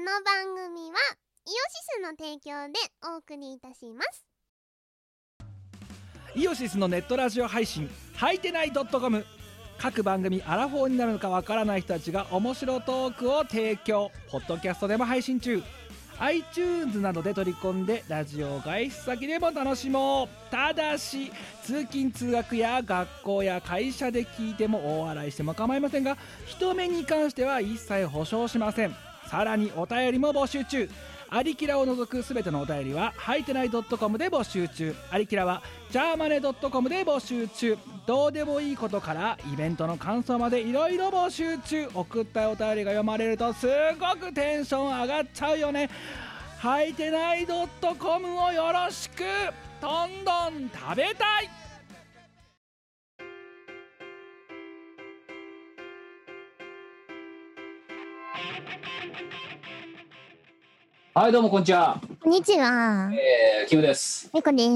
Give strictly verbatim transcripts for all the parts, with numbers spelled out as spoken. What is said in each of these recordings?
の番組はイオシスの提供でお送りいたします。 イオシスのネットラジオ配信はいてない .com、 各番組アラフォーになるのかわからない人たちが面白トークを提供。ポッドキャストでも配信中。 iTunes などで取り込んでラジオ外出先でも楽しもう。ただし通勤通学や学校や会社で聞いても大笑いしても構いませんが、人目に関しては一切保証しません。さらにお便りも募集中。アリキラを除くすべてのお便りははいてない .com で募集中。アリキラはジャーマネ .com で募集中。どうでもいいことからイベントの感想までいろいろ募集中。送ったお便りが読まれるとすごくテンション上がっちゃうよね。はいてない .com をよろしく。どんどん食べたい。 はい、どうもこんにちは。 こんにちは。 えー、キムです。 みこです。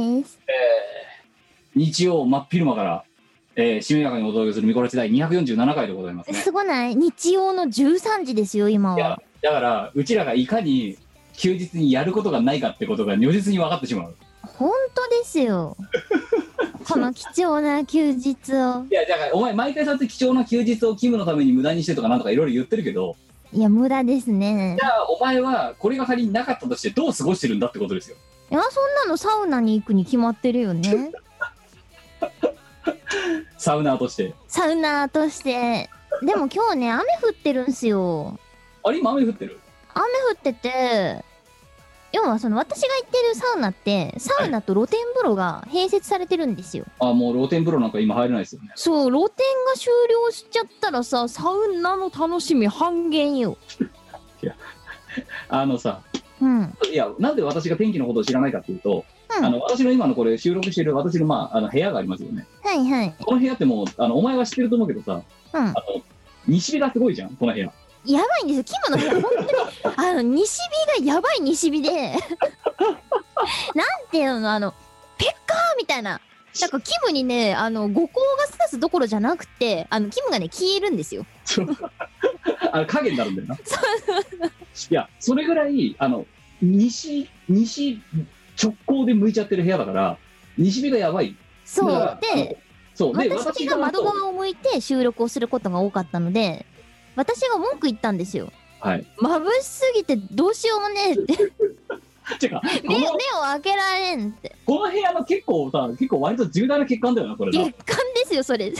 えー、日曜真っ昼間から、えー、しめやかにお届けするミコラジ第にひゃくよんじゅうななかいでございますね。 すごない？日曜のじゅうさんじですよ今は。いやだからうちらがいかに休日にやることがないかってことが如実に分かってしまう。 本当ですよ。この貴重な休日を。 いやだからお前毎回そうやって貴重な休日をキムのために無駄にしてとかなんとかいろいろ言ってるけど、 いや無駄ですね。 じゃあお前はこれが仮になかったとしてどう過ごしてるんだってことですよ。 いやそんなのサウナに行くに決まってるよね。 サウナーとしてサウナーとして。でも今日ね雨降ってるんすよ。 あれ今雨降ってる？ 雨降ってて、要はその私が行ってるサウナってサウナと露天風呂が併設されてるんですよ。 あ、もう露天風呂なんか今入れないですよね。 そう、露天が終了しちゃったらさ、サウナの楽しみ半減よ。 いやあのさ、 うん、 いやなんで私が天気のことを知らないかっていうと、 うん、 あの私の今のこれ収録している私の、まあ、あの部屋がありますよね。 はいはい。 この部屋ってもうあのお前は知ってると思うけどさ、 うん、 あの西日がすごいじゃんこの部屋。 やばいんですよキムの部屋。本当にあの西日がやばい西日でなんていうの、あのペッカーみたいな、なんかキムにね、あの五光が差すどころじゃなくて、あのキムがね消えるんですよ。 あの影になるんだよな。いやそれぐらいあの西西直行で向いちゃってる部屋だから西日がやばい。 そうで、 そうで私が窓側を向いて収録をすることが多かったので、私が文句言ったんですよ。 はい。 眩しすぎてどうしようもねえって。 てか目目を開けられんって。 この部屋の結構さ結構割と重大な欠陥だよなこれな。 欠陥ですよそれ。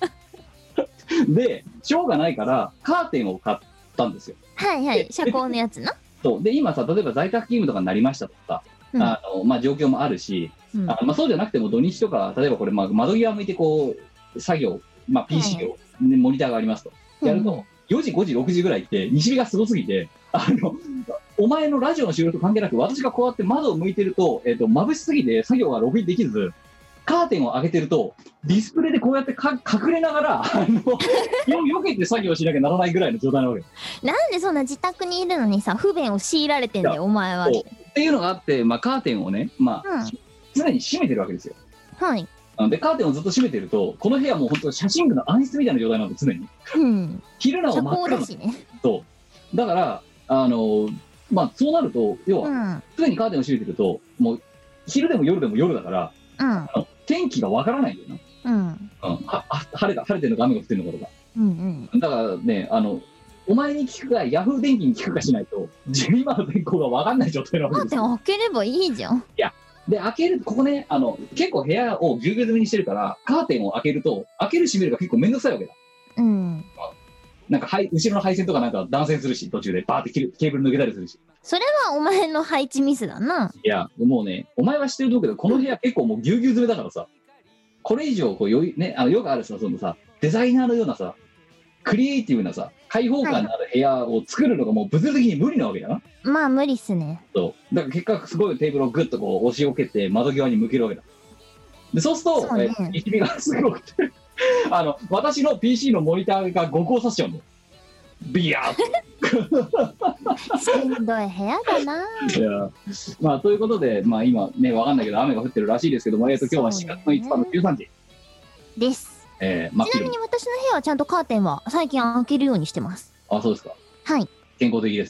でしょうがないからカーテンを買ったんですよ。 はいはい、遮光のやつな。 そうで今さ例えば在宅勤務とかになりましたとか、うん、あのまあ、状況もあるし、うん、あまあ、そうじゃなくても土日とか例えばこれ、まあ、窓際向いてこう作業、まあ、ピーシー を、はいはい、モニターがありますとやると、うん、よじごじろくじぐらいって西日がすごすぎて、あのお前のラジオの収録と関係なく私がこうやって窓を向いてると、えーと、眩しすぎて作業がログインできずカーテンを上げてるとディスプレイでこうやってか隠れながらあのよよけて作業しなきゃならないぐらいの状態なわけ。 なんでそんな自宅にいるのにさ不便を強いられてんだよお前は。 っていうのがあって、まあ、カーテンをね、まあうん、常に閉めてるわけですよ。 はい。 でカーテンをずっと閉めてるとこの部屋もう本当写真部の暗室みたいな状態なんで常に、うん、昼間は真っ暗だしね。そうだからあのまあそうなると要は、うん、常にカーテンを閉めてるともう昼でも夜でも夜だから、うん、あの天気がわからないんだよな、うんうん、は晴れた晴れてるのか雨が降ってるのかとか、うんうん、だからねあのお前に聞くかヤフー電気に聞くかしないと今の天候がわかんない状態なわけですよ。 カーテン開ければいいじゃん。いやで開けるここねあの結構部屋をぎゅうぎゅう詰めにしてるからカーテンを開けると開ける閉めるが結構めんどくさいわけだ。うん。なんかはい後ろの配線とかなんか断線するし途中でバーってケーブル抜けたりするし。 それはお前の配置ミスだな。 いやもうねお前は知ってると思うけどこの部屋結構もうぎゅうぎゅう詰めだからさこれ以上こうよいねあのよくあるさそのさデザイナーのようなさクリエイティブなさ開放感のある部屋を作るのがもう物理的に無理なわけだな。 まあ無理っすね。 そうだから結果すごいテーブルをグッとこう押し置けて窓際に向けるわけだ。でそうするとそう、ね、え西日がすごくてあの私の ピーシー のモニターがご光させちゃうんだよ。ビヤーってしんどい部屋だな。 いやまあということでまあ今ねわかんないけど雨が降ってるらしいですけども、えーと今日はしがつのいつかのじゅうさんじです。 えー、 ちなみに私の部屋はちゃんとカーテンは最近開けるようにしてます。 あ、そうですか。 はい。 健康的ですね。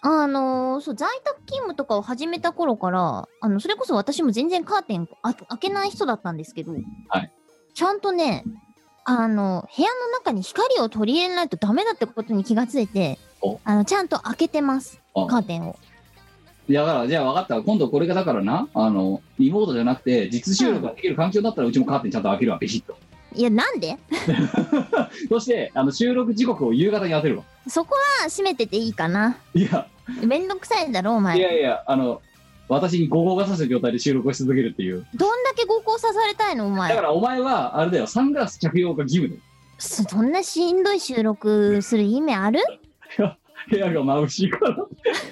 あのーそう、在宅勤務とかを始めた頃から、あの、それこそ私も全然カーテンあ開けない人だったんですけど、 はい。 ちゃんとね、あの、部屋の中に光を取り入れないとダメだってことに気がついて、あの、ちゃんと開けてます、 あカーテンを。 だから、じゃあ分かった。今度これがだからな、あの、リモートじゃなくて、実収録ができる環境だったら、うちもカーテンちゃんと開けるわ、ビシッと。 いや、なんでそして、あの、収録時刻を夕方に当てるわ。 そこは閉めてていいかな。 いや、 めんどくさいだろ、お前。 いやいや、あの、私に誤報がさせた状態で収録をし続けるっていう。 どんだけ合コンさされたいの、お前。 だからお前は、あれだよ、サングラス着用が義務だよ。 そんなしんどい収録する意味ある？ 部屋が眩しいから。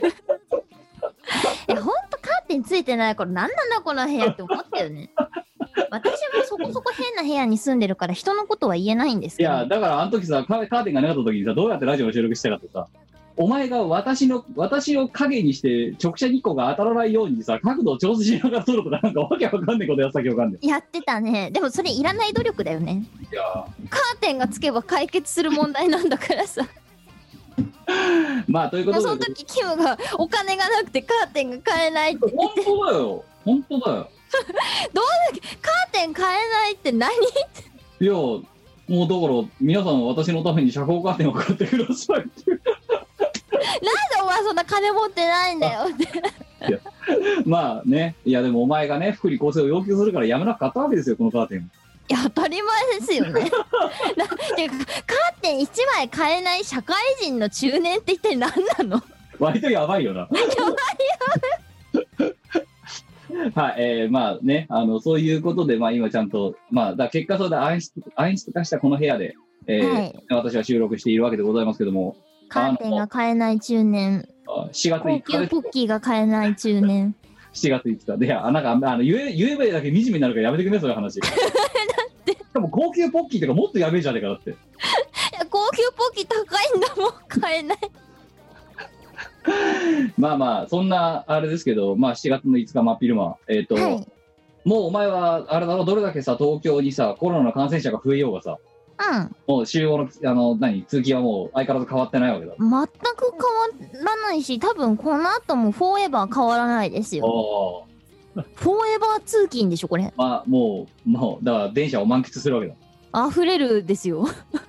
いや、ほんとカーテンついてないから、なんなんだこの部屋って思ったよね。私もそこそこ変な部屋に住んでるから人のことは言えないんですけど。 いや、だからあの時さ、カカーテンがなかった時にさ、どうやってラジオの収録したかってさ、お前が私の、私を影にして直射日光が当たらないようにさ、角度を調整しながら撮るとか、なんかわけわかんないことやってたわかんない。 やってたね。でもそれいらない努力だよね。 いやカーテンがつけば解決する問題なんだからさ。 まあ、ということで。 その時キムがお金がなくてカーテンが買えないって言って。 本当だよ。本当だよ。 どうだっけ、カーテン買えないって何？ いや、もうだから皆さん私のために遮光カーテンを買ってくださいっていう。 なんでお前そんな金持ってないんだよって。 いや、まあね、いやでもお前がね、福利厚生を要求するからやめなく買ったわけですよ、このカーテン。 いや、当たり前ですよね。なてかカーテンいちまい買えない社会人の中年って一体何なの？ 割とやばいよな。 やばいよ。 はい、えー、まあね、あのそういうことで、まあ今ちゃんと、まあだ結果そうだ暗室暗室化したこの部屋で、えーはい、私は収録しているわけでございますけども、 カーテンが買えない中年、 しがついつか高級ポッキーが買えない中年。 しがついつかで、いや、なんかあの言え言えばいいだけ惨めになるからやめてくれ、そういう話。だってしかも高級ポッキーとかもっとやべえじゃねえかだって。いや、高級ポッキー高いんだもん、買えない。 まあまあそんなあれですけど、まあしちがつのいつか真っ昼間、えっ、ー、と、はい、もうお前はあれだろ、どれだけさ東京にさコロナの感染者が増えようがさ、 うん、 もう週のあの何通勤はもう相変わらず変わってないわけだ。 全く変わらないし、多分この後もフォーエバー変わらないですよ。フォーエバー通勤でしょこれ。 まあもうもうだから電車を満喫するわけだ。 溢れるですよ。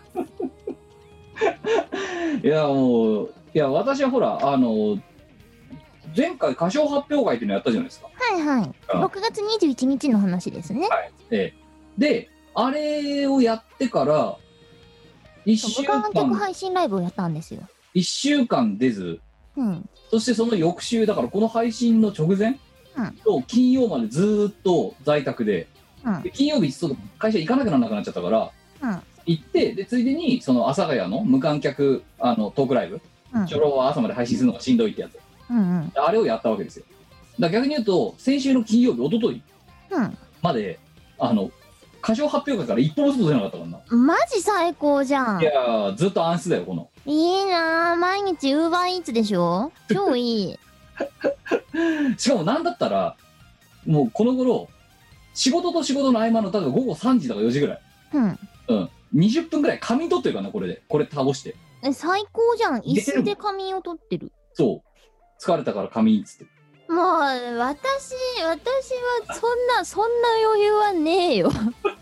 いやもういや私はほらあの前回歌唱発表会っていうのやったじゃないですか。 はいはい、うん、ろくがつにじゅういちにちの話ですね。 はい、えー、であれをやってからいっしゅうかん無観客配信ライブをやったんですよ。 いっしゅうかん出ず、 うん、 そしてその翌週だからこの配信の直前、 うん、 と金曜までずっと在宅 で,、 うん、 で金曜日ちょっと会社行かなくならなくなっちゃったから、 うん、 行ってでついでにその阿佐ヶ谷の無観客あのトークライブ、うん、初老は朝まで配信するのがしんどいってやつ、 うんうん、 あれをやったわけですよ。だから逆に言うと先週の金曜日一昨日まで、うん、あの歌唱発表会から一歩も外出なかったからな。 マジ最高じゃん。 いやーずっと暗室だよこの。 いいなー、毎日ウーバーイーツでしょ。超いい。 しかもなんだったらもうこの頃仕事と仕事の合間の例えば午後さんじとかよじぐらい、 うんうん、にじゅっぷんぐらい仮眠取ってるからなこれでこれ倒して。 え最高じゃん。椅子で仮眠を取ってる。 そう疲れたから仮眠っつって。 もう私私はそんなそんな余裕はねえよ。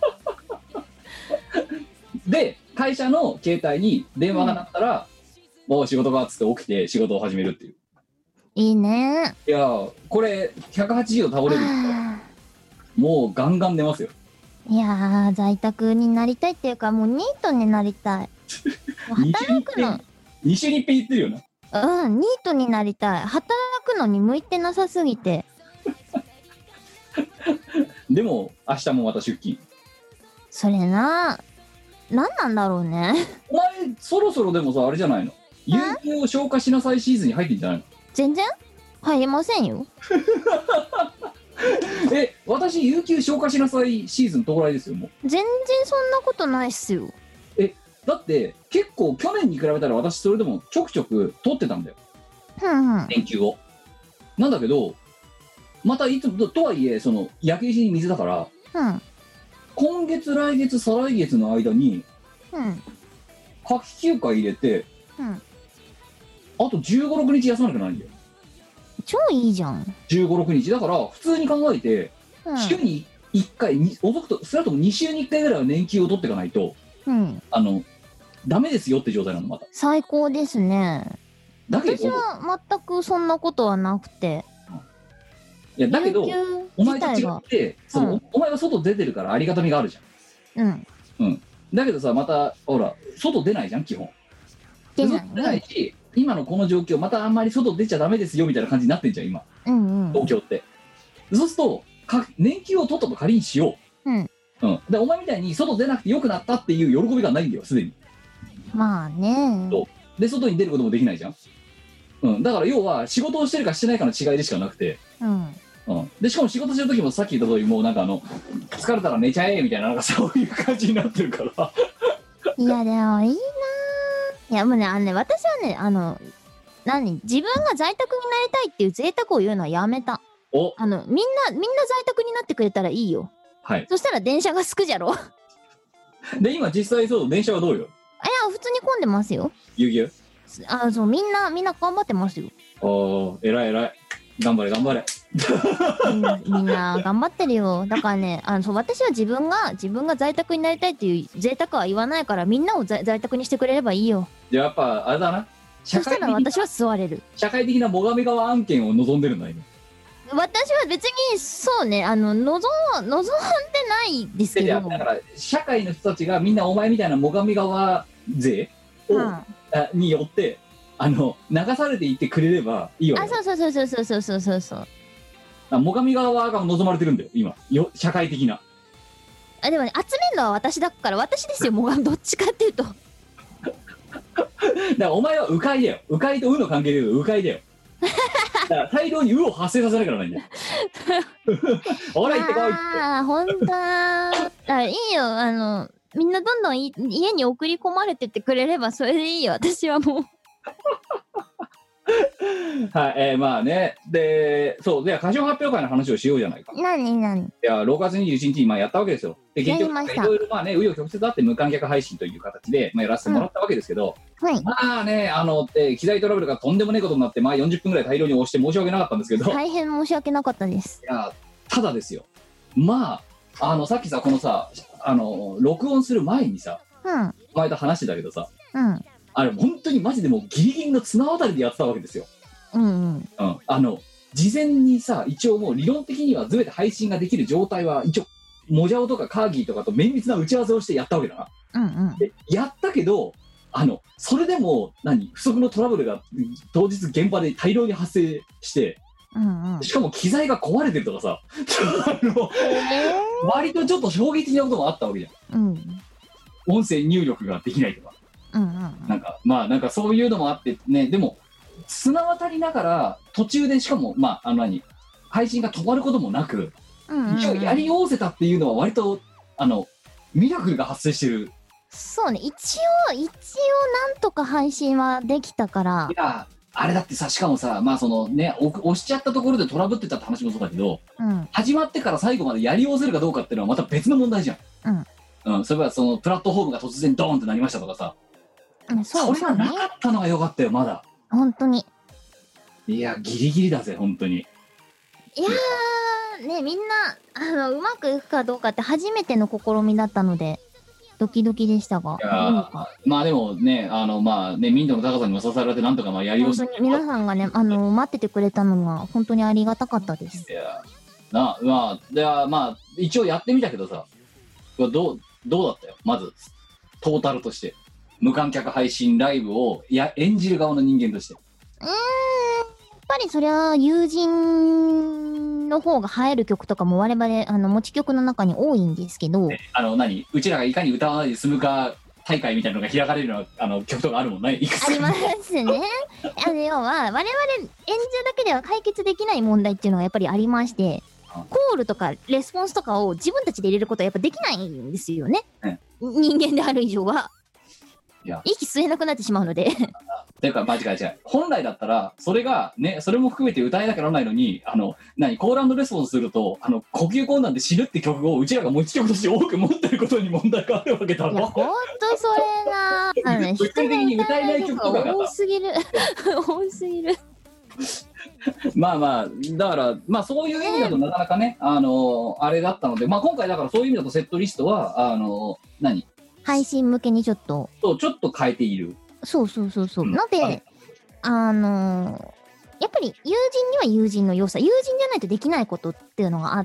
で会社の携帯に電話が鳴ったら、うん、もう仕事がっつって起きて仕事を始めるっていう。 いいね。 いやこれひゃくはちじど倒れるもうガンガン出ますよ。 いや在宅になりたいっていうかもうニートになりたい。もう働くのに週にいっぺん言ってるよな。 うん、ニートになりたい。働くのに向いてなさすぎて。 でも明日もまた出勤。 それな、何なんだろうね。 お前そろそろでもさあれじゃないの、有給を消化しなさいシーズンに入ってんじゃないの。 全然入れませんよ。 え私有給消化しなさいシーズン到来ですよ。もう全然そんなことないっすよ。 えだって結構去年に比べたら私それでもちょくちょく取ってたんだよ、 うんうん、 連休を。なんだけどまたいつも と, とはいえその焼け石に水だから、 うん、 今月来月再来月の間に、 うん、 夏季休暇入れて、 うん、 あとじゅうご、ろくにち休まなきゃないんだよ。 超いいじゃん。 じゅうご、ろくにちだから普通に考えて、 うん、 週にいっかいに遅くと少なくともにしゅうにいっかいぐらいは年休を取っていかないと、 うん、 あのダメですよって状態なのまた。 最高ですね。 だけど私は全くそんなことはなくて。 いやだけど有給お前と違自体がってその、 うんお前は外出てるからありがたみがあるじゃん。 うんうんだけどさまたほら外出ないじゃん基本。 出ない外出ないね。 し今のこの状況またあんまり外出ちゃダメですよみたいな感じになってんじゃん今うんうん東京って。そうするとか年休を取ったと仮にしよう。 うんうんでお前みたいに外出なくてよくなったっていう喜びがないんだよすでに。 まあね。 そうで外に出ることもできないじゃん。うんだから要は仕事をしてるかしてないかの違いでしかなくて。 うんうん、でしかも仕事してる時もさっき言った通りもうなんかあの疲れたら寝ちゃえみたいななんかそういう感じになってるからいやでもいいなー。いやもうねあのね私はねあの何自分が在宅になりたいっていう贅沢を言うのはやめた。 おあのみんなみんな在宅になってくれたらいいよ。 はいそしたら電車がすくじゃろ。いやで今実際そう電車はどうよ普通に混んでますよ。 ゆうぎゅうあそうみんなみんな頑張ってますよ。 おー偉い偉い頑張れ頑張れみんなみんな頑張ってるよ。だからねあのそう私は自分が自分が在宅になりたいっていう贅沢は言わないからみんなを在在宅にしてくれればいいよ。 じゃあやっぱあれだな社そした会的なら私は座れる。 社会的な最上川案件を望んでるんだ今。 私は別にそうねあの望望んでないですけど。 だから社会の人たちがみんなお前みたいな最上川勢を、 うん、 あによってあの流されていってくれればいいわあけよ。 そうそうそうそうそうそうそうそう最上川が望まれてるんだよ今よ社会的な。 あでもね集めるのは私だから私ですよもうどっちかっていうとだからお前は迂回だよ。迂回と迂の関係でいうと迂回だよ。だから大量に迂を発生させなきゃならないんだよ。ほら行ってこいって。 ああほんとだあいいよあのみんなどんどんい家に送り込まれてってくれればそれでいいよ私はもうはい、えー、まあねでそうでは歌唱発表会の話をしようじゃないか。い何何やろくがつにじゅういちにちにまあやったわけですよ。で結局やりましたいろいろまあね紆余曲折あって無観客配信という形で、まあ、やらせてもらったわけですけど、 はいまあねあの、えー機材トラブルがとんでもねえことになってまあよんじゅっぷんぐらい大量に押して申し訳なかったんですけど、い大変申し訳なかったですやただですよまああのさっきさこのさあの録音する前にさうんお前と話してたけどさうんあれ本当にマジでもうギリギリの綱渡りでやってたわけですよ。 うんうんうん、あの事前にさ一応もう理論的には全て配信ができる状態は一応モジャオとかカーギーとかと綿密な打ち合わせをしてやったわけだな。 うんうんでやったけどあのそれでも何不測のトラブルが当日現場で大量に発生してうんうんしかも機材が壊れてるとかさあの割とちょっと衝撃的なこともあったわけじゃん。 うん音声入力ができないとかうんうんなんかまあなんかそういうのもあってね。でも綱渡りながら途中でしかもまああの何配信が止まることもなくうん一応やりおおせたっていうのは割とあのミラクルが発生してる。 そうね一応一応なんとか配信はできたからいやあれだってさしかもさまあそのねお押しちゃったところでトラブってたって話もそうだけどうん始まってから最後までやりおおせるかどうかっていうのはまた別の問題じゃん。うん、うん、それはそのプラットフォームが突然ドーンってなりましたとかさうんそそうれがなかったのが良かったよまだ。 本当にいやギリギリだぜ本当に。 いやーねみんなあのうまくいくかどうかって初めての試みだったのでドキドキでしたがいやーまあでもねあのまあね民度の高さにも支えられてなんとかまあやりお本せ当に皆さんがねあの待っててくれたのが本当にありがたかったですいやなまあではまあ一応やってみたけどさどうどうだったよまずトータルとして無観客配信ライブをや演じる側の人間として。 うーんやっぱりそりゃ友人の方が映える曲とかも我々あの持ち曲の中に多いんですけど、 あの何うちらがいかに歌わないで済むか大会みたいなのが開かれるようなあの曲とかあるもんねいくつかありますねあの要は我々演じるだけでは解決できない問題っていうのがやっぱりありまして、コールとかレスポンスとかを自分たちで入れることはやっぱできないんですよね、 うん、 人間である以上は。 いや息吸えなくなってしまうのでていうか間違い違う、本来だったらそれがね、それも含めて歌えなきゃならないのに、あの何コール&レスポンスすると、あの呼吸困難で死ぬって曲をうちらが持ち曲として多く持ってることに問題があるわけだろ。 いやほんとそれなあのね、 物理的に歌えない曲とかが多すぎる多すぎるまあまあだからまあそういう意味だとなかなかね、あのあれだったので、まあ今回だからそういう意味だとセットリストはあの何配信向けにちょっととちょっと変えている。 そうそうそうそう、 うんので、 はい、 あのーやっぱり友人には友人の良さ、友人じゃないとできないことっていうのがあって、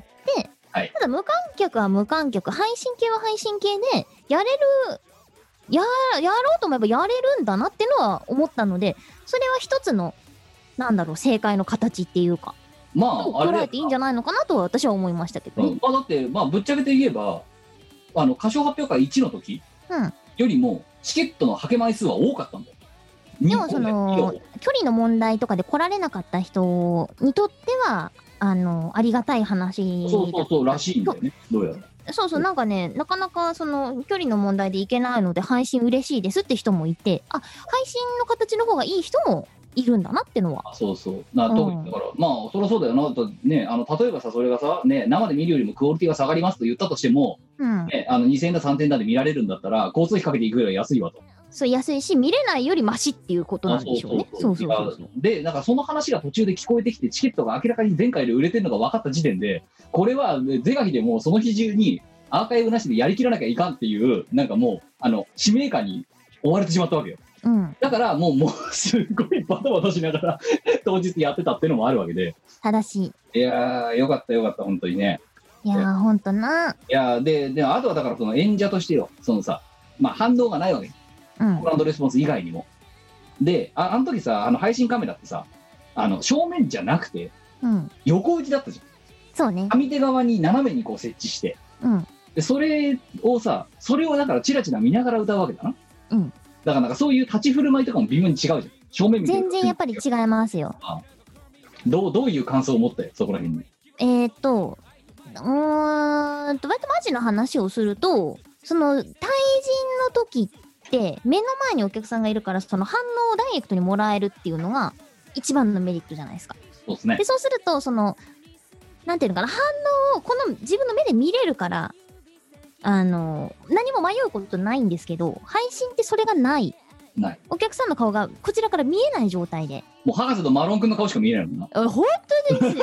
はい、 ただ無観客は無観客、配信系は配信系でやれる、ややろうと思えばやれるんだなっていうのは思ったので、それは一つのなんだろう正解の形っていうか、 まああれ捉えていいんじゃないのかなとは私は思いましたけどね。 うんまあ、だってまあぶっちゃけて言えばあの歌唱発表会いちの時うん。 よりもチケットのはけ枚数は多かったんだよ。 でもその距離の問題とかで来られなかった人にとってはあのありがたい話そうそうそうらしいんだよね、どうやら。 そうそう、なんかね、なかなかその距離の問題で行けないので配信嬉しいですって人もいて、あ、配信の形の方がいい人もいるんだなってのは。 あそうそうな、 うん特にだからまあそりゃそうだよなとね、あの例えばさそれがさ、ね、生で見るよりもクオリティが下がりますと言ったとしても、 うん。 ね、あのにせんえんださんぜんえんだで見られるんだったら交通費かけていくよりは安いわと。 そう、安いし、見れないよりマシっていうことなんでしょうね。そうそうそうそう。 でなんかその話が途中で聞こえてきてチケットが明らかに前回で売れてるのが分かった時点で、これは是が非でもその日中にアーカイブなしでやりきらなきゃいかんっていうなんかもうあの使命感に追われてしまったわけよ。 うん。 だからもうもうすごいバタバタしながら当日やってたっていうのもあるわけで。 正しい。 いやーよかったよかった本当にね。 いやーほんとな。 いやーでであとはだからその演者としてよ、そのさまあ反応がないわけ。 うん。 コール&レスポンス以外にも。で、あ、あの時さ、あの配信カメラってさ、あの正面じゃなくてうん。 横打ちだったじゃん。 そうね。 上手側に斜めにこう設置して、 うん。 でそれをさ、それをだからチラチラ見ながら歌うわけだな。 うん。 だからなんかそういう立ち振る舞いとかも微妙に違うじゃん。正面見て全然やっぱり違いますよ。 どうどういう感想を持ったよそこら辺に。 えーっと、うーんと、割とマジの話をすると、その対人の時って目の前にお客さんがいるからその反応をダイレクトにもらえるっていうのが一番のメリットじゃないですか。 そうですねで、。そうするとそのなんていうのかな、反応をこの自分の目で見れるからあの何も迷うことないんですけど、配信ってそれがない。 ない。 お客さんの顔がこちらから見えない状態で。 もう博士とマロン君の顔しか見えないもんな。 あ本当ですよ。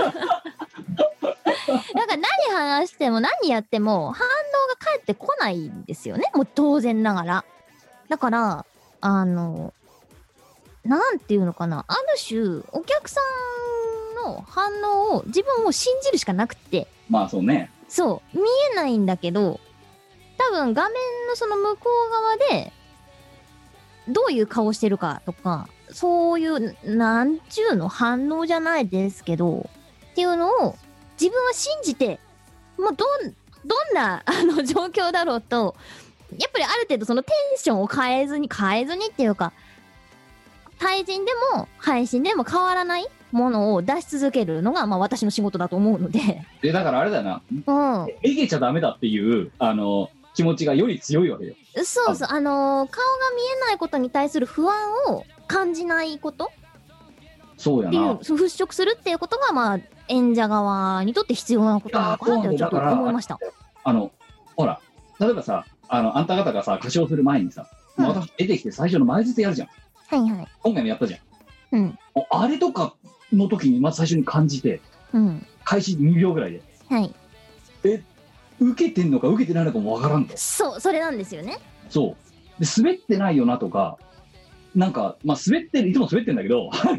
なんか何話しても何やっても反応が返ってこないんですよね。もう当然ながら。だからあのなんていうのかな、ある種お客さんの反応を自分を信じるしかなくて。 まあそうね。 そう見えないんだけど、多分画面のその向こう側でどういう顔してるかとか、そういうなんちゅうの反応じゃないですけどっていうのを自分は信じて、もうどんどんなあの状況だろうとやっぱりある程度そのテンションを変えずに変えずにっていうか、対人でも配信でも変わらないものを出し続けるのがまあ私の仕事だと思うので。 でだからあれだよな、 うん。 えげちゃダメだっていうあの気持ちがより強いわけよ。 そうそう、あのー、顔が見えないことに対する不安を感じないことっていうそうやな。 そう払拭するっていうことがまあ演者側にとって必要なことなのかなってちょっと思いました。 あのほら例えばさ、あのあんた方がさ歌唱する前にさ、 うん、 私出てきて最初の前説やるじゃん。 はいはい。 今回もやったじゃん。 うん。 あれとかの時にまず最初に感じて、 うん。 開始にびょうぐらいで、 はい。 え受けてんのか受けてないのかもわからんと。 そう、それなんですよね。 そうで滑ってないよなとか、なんかまあ滑ってる、いつも滑ってんだけど滑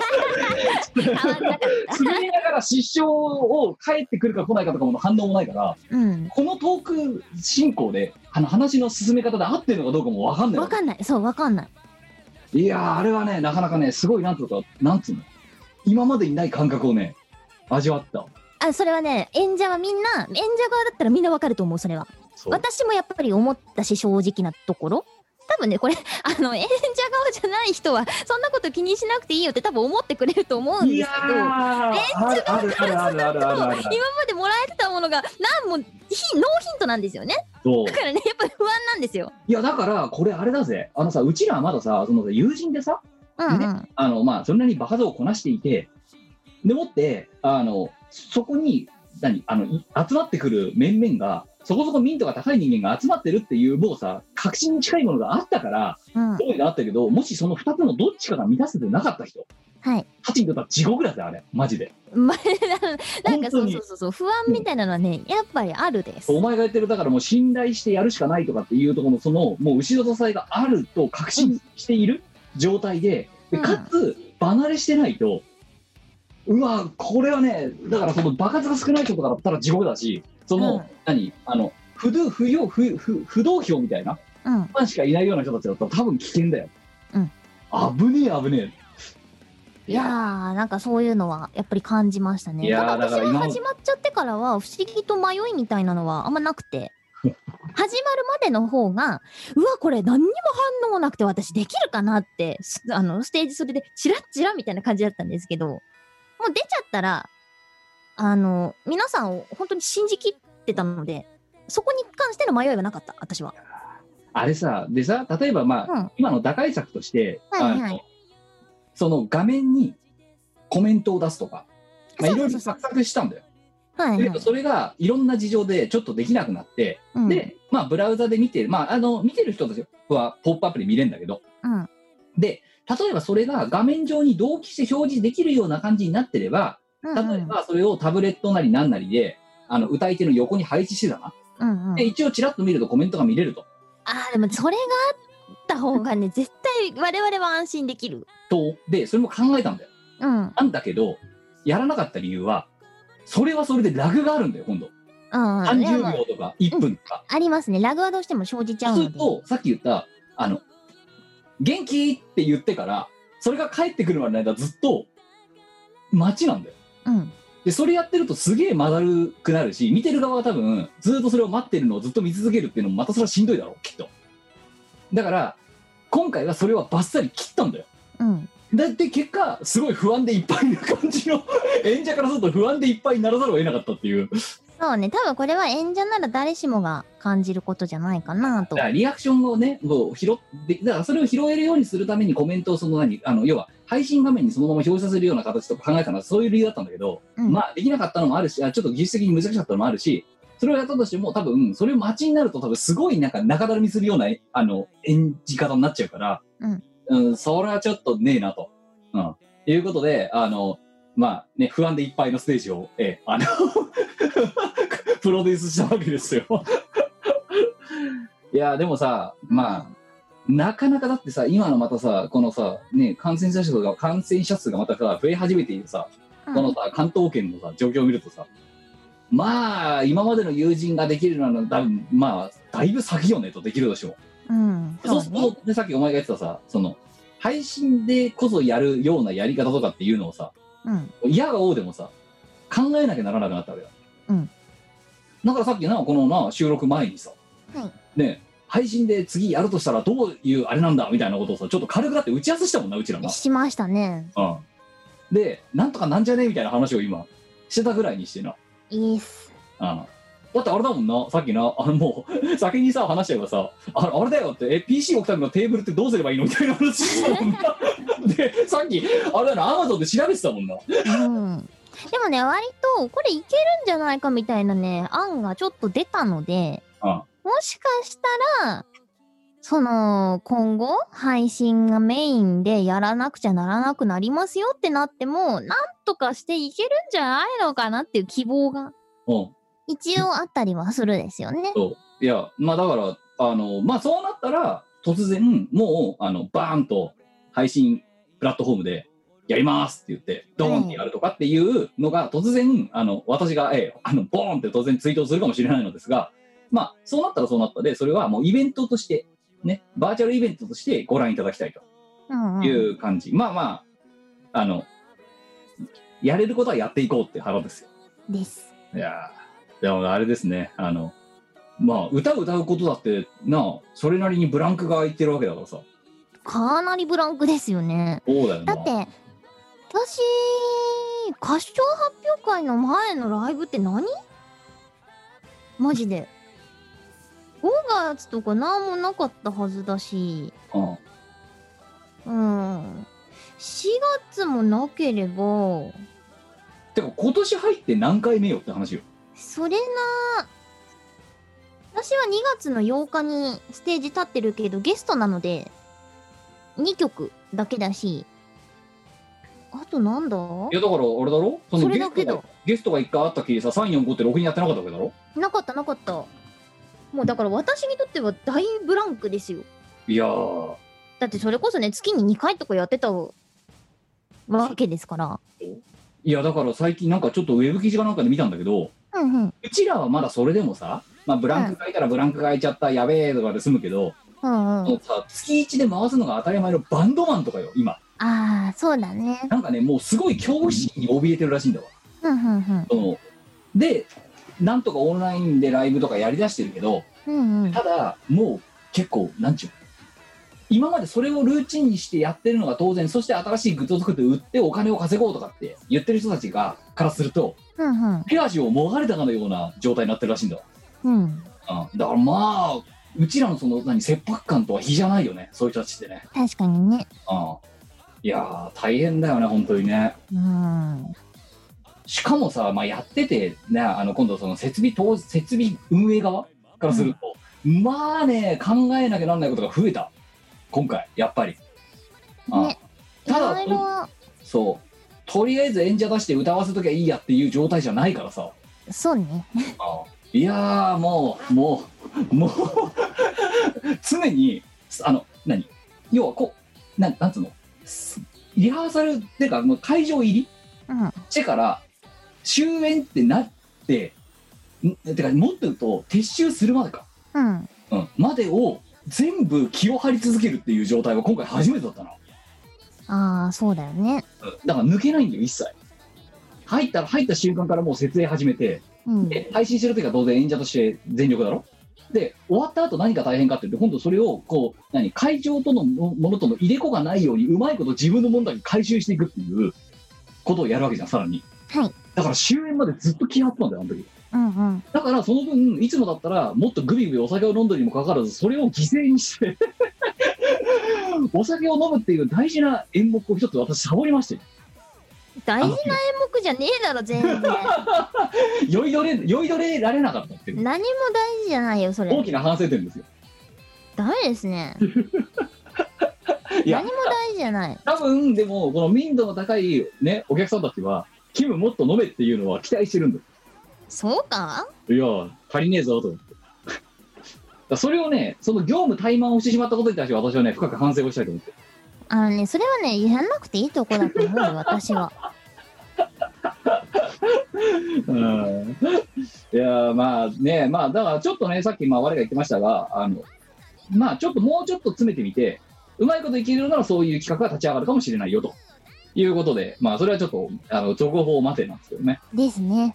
りながら失笑を返ってくるか来ないかとかも反応もないから、 うん、 このトーク進行であの話の進め方で合ってるのかどうかもわかんない。 わかんない。そう、わかんない。 いやーあれはねなかなかねすごい、なんつうかなんつうの今までにない感覚をね味わった。 あ、それはね、演者はみんな、演者側だったらみんなわかると思う、それは。私もやっぱり思ったし、正直なところ。多分ね、これ、あの、演者側じゃない人は、そんなこと気にしなくていいよって多分思ってくれると思うんですけど、演者側からすると、今までもらえてたものが、なんも、ヒノーヒントなんですよね。 そうだからね、やっぱり不安なんですよ。 いやだからこれあれだぜ、あのさ、うちらはまださ、その友人でさ、 うんうん。 ね、あのまあそんなにバカ像をこなしていて、でもってあのそこに何あのい集まってくる面々がそこそこミントが高い人間が集まってるっていうもうさ確信に近いものがあったからうん。 そういうのあったけど、もしそのふたつのどっちかが満たせてなかった人はい。 たちにとっては地獄だぜあれマジで。 まなんかそう本当にそうそうそう、不安みたいなのはね、やっぱりあるです。 お前が言ってるだからもう信頼してやるしかないとかっていうところのそのもう後ろ支えがあると確信している状態で、でうんかつ離れしてないと、うわこれはね、だからその爆発が少ない人とかだったら地獄だし、その、 うん何あの不動不要不不不動票みたいなうん。 ファンしかいないような人たちだったら多分危険だよ。 うん危ねえ危ねえ。 いやー、なんかそういうのはやっぱり感じましたね。 いやーただ私だから今は始まっちゃってからは不思議と迷いみたいなのはあんまなくて、始まるまでの方が、うわ、これ何にも反応もなくて私できるかなって、すあの、ステージそれでチラッチラみたいな感じだったんですけど、もう出ちゃったら、あの、皆さんを本当に信じきってたので、そこに関しての迷いはなかった、私は。 あれさでさ、例えばまあ、 うん。 今の打開策として、 はいはいあのその画面にコメントを出すとか、まあ、いろいろそうそうそう画策したんだよ。 はいはい。 だけどそれがいろんな事情でちょっとできなくなって、 うん、 で、まあ、ブラウザで見てる、まあ、あの見てる人たちはポップアップで見れるんだけど、 うん。 で例えばそれが画面上に同期して表示できるような感じになってれば、 うんうん。 例えばそれをタブレットなりなんなりであの歌い手の横に配置してたな。 うんうん。 で一応チラッと見るとコメントが見れると。 ああ、でもそれがあった方がね、絶対我々は安心できる。 とでそれも考えたんだよ。 うん。 なんだけどやらなかった理由はそれはそれでラグがあるんだよ今度。 うん。 さんじゅういやまあびょうとかいっぷんとか。 ありますね。ラグはどうしても生じちゃうので。 そうするとさっき言ったあの元気って言ってからそれが返ってくるまでの間ずっと待ちなんだよ。 うん。 でそれやってるとすげえまだるくなるし、見てる側は多分ずっとそれを待ってるのをずっと見続けるっていうのもまたそれはしんどいだろうきっと。だから今回はそれはバッサリ切ったんだよ。 うん。 だって結果すごい不安でいっぱいな感じの演者からすると不安でいっぱいにならざるを得なかったっていう。 そうね。多分これは演者なら誰しもが感じることじゃないかなと。 だからリアクションをねもう拾ってだからそれを拾えるようにするためにコメントをその何あの要は配信画面にそのまま表示させるような形とか考えたのはそういう理由だったんだけど、 うんまあできなかったのもあるし、あちょっと技術的に難しかったのもあるし、それをやったとしても多分それを待ちになると多分すごいなんか中だるみするようなあの演じ方になっちゃうから、 うんうん、それはちょっとねえなと、うん、いうことであのまあね不安でいっぱいのステージを、えあのプロデュースしたわけですよいやでもさまあなかなかだってさ今のまたさこのさね感染者数が感染者数がまたさ増え始めているさ、 うんこのさ関東圏のさ状況を見るとさまあ今までの友人ができるのは多分まあだいぶ先よねとできるでしょう。 うん。 そうすると、ね、さっきお前が言ってたさその配信でこそやるようなやり方とかっていうのをさうん。 嫌がおうでもさ考えなきゃならなくなったわけだ。 うん。 だからさっきなこのな収録前にさ、 はい。 ね配信で次やるとしたらどういうあれなんだみたいなことをさちょっと軽くだって打ち合わせしたもんなうちらが。 しましたね。 うん。でなんとかなんじゃねみたいな話を今してたぐらいにしてな。 いいっす。 うん。だってあれだもんなさっきなあのもう先にさ話しちゃえばさあれあれだよってえ ピーシー 置くためのテーブルってどうすればいいのみたいな話してたもんなでさっきあれだなアマゾンで調べてたもんな。 うん。でもね、割とこれいけるんじゃないかみたいなね、案がちょっと出たので、 うんもしかしたら、その、今後、配信がメインでやらなくちゃならなくなりますよってなっても、なんとかしていけるんじゃないのかなっていう希望が、 うん一応あったりはするですよね。 そういやまあだからあのまあそうなったら突然もうあのバーンと配信プラットフォームでやりますって言ってドーンってやるとかっていうのが突然あの私が、えあのボーンって突然ツイートするかもしれないのですが、まあそうなったらそうなったでそれはもうイベントとしてねバーチャルイベントとしてご覧いただきたいとうんうん。 いう感じ、まあまああのやれることはやっていこうって腹ですよ。 です。 いやーでもあれですねあのまあ歌を歌うことだってなあそれなりにブランクが空いてるわけだからさ。 かなりブランクですよね。 そうだよな。 だって、私、歌唱発表会の前のライブって何？マジで。 ごがつとかなんもなかったはずだし、 うんうん。しがつもなければ、 てか今年入って何回目よって話よ。 それな、私はにがつのようかにステージ立ってるけど、ゲストなので、にきょくだけだし、あとなんだいやだからあれだろ、そのそれだけだゲストがゲストがいっかいあったきりさ、さん、よん、ごってろくにやってなかったわけだろ。 なかったなかった。もうだから私にとっては大ブランクですよ。 いやー、 だってそれこそね、月ににかいとかやってたわけですから。 いやだから最近なんかちょっとウェブ記事かなんかで見たんだけど、 うんうん。 うちらはまだそれでもさ、まあ、ブランク書いたらブランク書いちゃった、やべえとかで済むけど、 うんうん。 もうさ月いちで回すのが当たり前のバンドマンとかよ今。 ああ、そうだね。 なんかねもうすごい恐怖心に怯えてるらしいんだわ。 うんうんうん。 そのでなんとかオンラインでライブとかやりだしてるけど、 うんうん。 ただもう結構なんちゅう、今までそれをルーチンにしてやってるのが当然、そして新しいグッズを作って売ってお金を稼ごうとかって言ってる人たちがからすると、 うんうん。 手足をもがれたかのような状態になってるらしいんだわ。 うん。 うん、だからまあうちらのその何切迫感とは比じゃないよね、そういう人たちってね。 確かにね。 うん、いやー大変だよね本当にね。 うん。 しかもさ、まあ、やっててね、あの今度その設備投設備運営側からすると、うん、まあね考えなきゃなんないことが増えた今回やっぱり。 ね。 ただいろいろそうとりあえず演者出して歌わせときゃいいやっていう状態じゃないからさ。 そうね。 あいやーもうもうもう常にあの何要はこうなんなんつうのリハーサルっていうかもう会場入りうん。 してから終演ってなってんてかもっと言うと撤収するまでか、 うん。 うん、までを全部気を張り続けるっていう状態は今回初めてだったな。 ああ、そうだよね。 だから抜けないんだよ一切。入ったら入った瞬間からもう設営始めて、 うん。 で配信してる時は当然演者として全力だろ。で終わった後何が大変かっていうと、今度それをこう何会場とのものとの入れ子がないようにうまいこと自分の問題に回収していくっていうことをやるわけじゃんさらに。 はい。 だから終演までずっと気張ってたんだよあの時。 うんうん。 だからその分いつもだったらもっとグビグビお酒を飲んだにもかかわらず、それを犠牲にしてお酒を飲むっていう大事な演目を一つ私サボりまして、 大事な演目じゃねえだろ、全然。 酔いどれ酔いどれられなかったっていう何も大事じゃないよ、それ。 大きな反省点ですよ。 ダメですね。 いや何も大事じゃない。 多分でもこの民度の高いねお客さんたちはキムもっと飲めっていうのは期待してるんだよ。 そうか？ いや足りねえぞと思って。だからそれをね、その業務怠慢をしてしまったことに対して私はね深く反省をしたいと思って。 あのね、それはね、やんなくていいとこだと思うよ、私は。 うん、いやまあね、まあだからちょっとね、さっきまあ我が言ってましたが、あのまあちょっともうちょっと詰めてみてうまいこといけるならそういう企画が立ち上がるかもしれないよということで、まあそれはちょっとあの続報を待てなんですけどね。 ですね。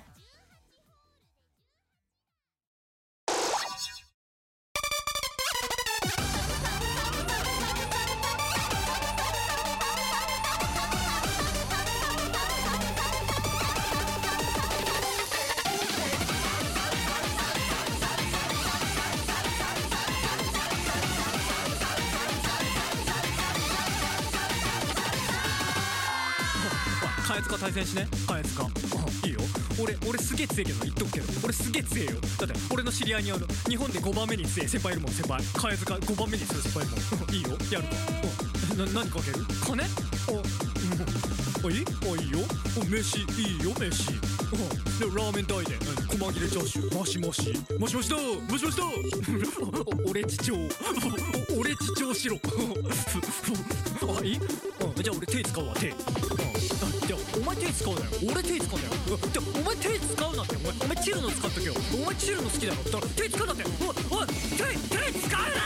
カエツカ対戦しね。カエツカいいよ。俺俺すげえ強えけど言っとくけど俺すげえ強えよ。だって俺の知り合いにある日本でごばんめに強え先輩いるもん。先輩カエツカごばんめに強い先輩いるもん。いいよやるか。な何かける金。おおいいおいいよ。お飯いいよ飯。でラーメン代で細切れチャーシューマシマシマシマシだマシマシだ俺父長俺父長しろあいいじゃあ俺手使うわ手。じゃあお前手使うなよ。俺手使うんだよ。じゃあお前手使うなって。お前お前チルの使っとけよ。お前チルの好きだろ。だから手使うなって。おいおい手手使うなって。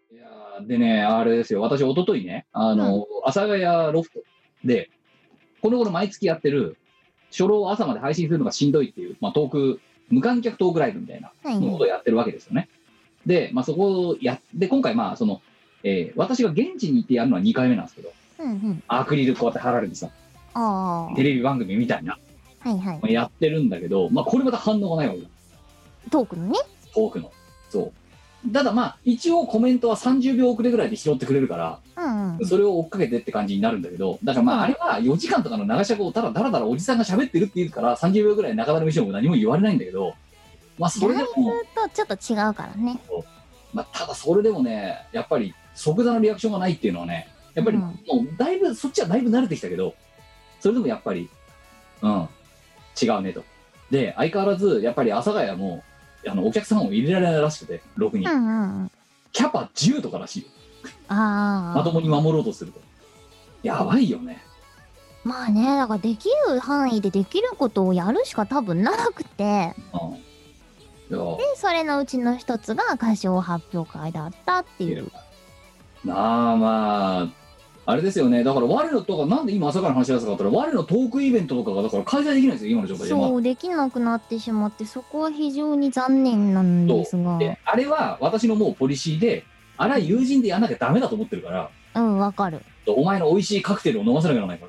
いやーでね、あれですよ、私、一昨日ね、あの、阿佐ヶ谷ロフトで、この頃毎月やってる、初老を朝まで配信するのがしんどいっていう、まあ、トーク、無観客トークライブみたいなはいのことをやってるわけですよね。で、まあ、そこをやって、今回、まあ、その、えー私が現地に行ってやるのはにかいめなんですけど、 うんうんアクリルこうやって貼られてさ、 ああテレビ番組みたいな、 はいはいまあやってるんだけど、まあ、これまた反応がないわけだ。 トークのねトークの。そう。ただまあ、一応コメントはさんじゅうびょう遅れぐらいで拾ってくれるから、 うんうんそれを追っかけてって感じになるんだけど、だからまうんあ、あれはよじかんとかの長尺をただだらだらおじさんが喋ってるって言うからさんじゅうびょうぐらい中だるみしても何も言われないんだけど、まあそれでも、 とちょっと違うからねまあ、ただそれでもね、やっぱり即座のリアクションがないっていうのはね、やっぱりうんもうだいぶ、そっちはだいぶ慣れてきたけど、それでもやっぱり、うん、違うねと。で、相変わらずやっぱり阿佐ヶ谷もあのお客さんを入れられないらしくて、ろくにん。 うんうんうんキャパじゅうとからしいよ。 ああまともに守ろうとすると。やばいよね。 まあねだからできる範囲でできることをやるしか多分なくてうん。いや、 でそれのうちの一つが歌唱発表会だったっていうなあまあ、あれですよね。だから我のとか、なんで今朝から話しやすかったら、我のトークイベントとかがだから開催できないんですよ、今の状態で。まあそうできなくなってしまってそこは非常に残念なんですがであれは私のもうポリシーで、あれは友人でやんなきゃダメだと思ってるから、 うんわかるお前の美味しいカクテルを飲ませなきゃならない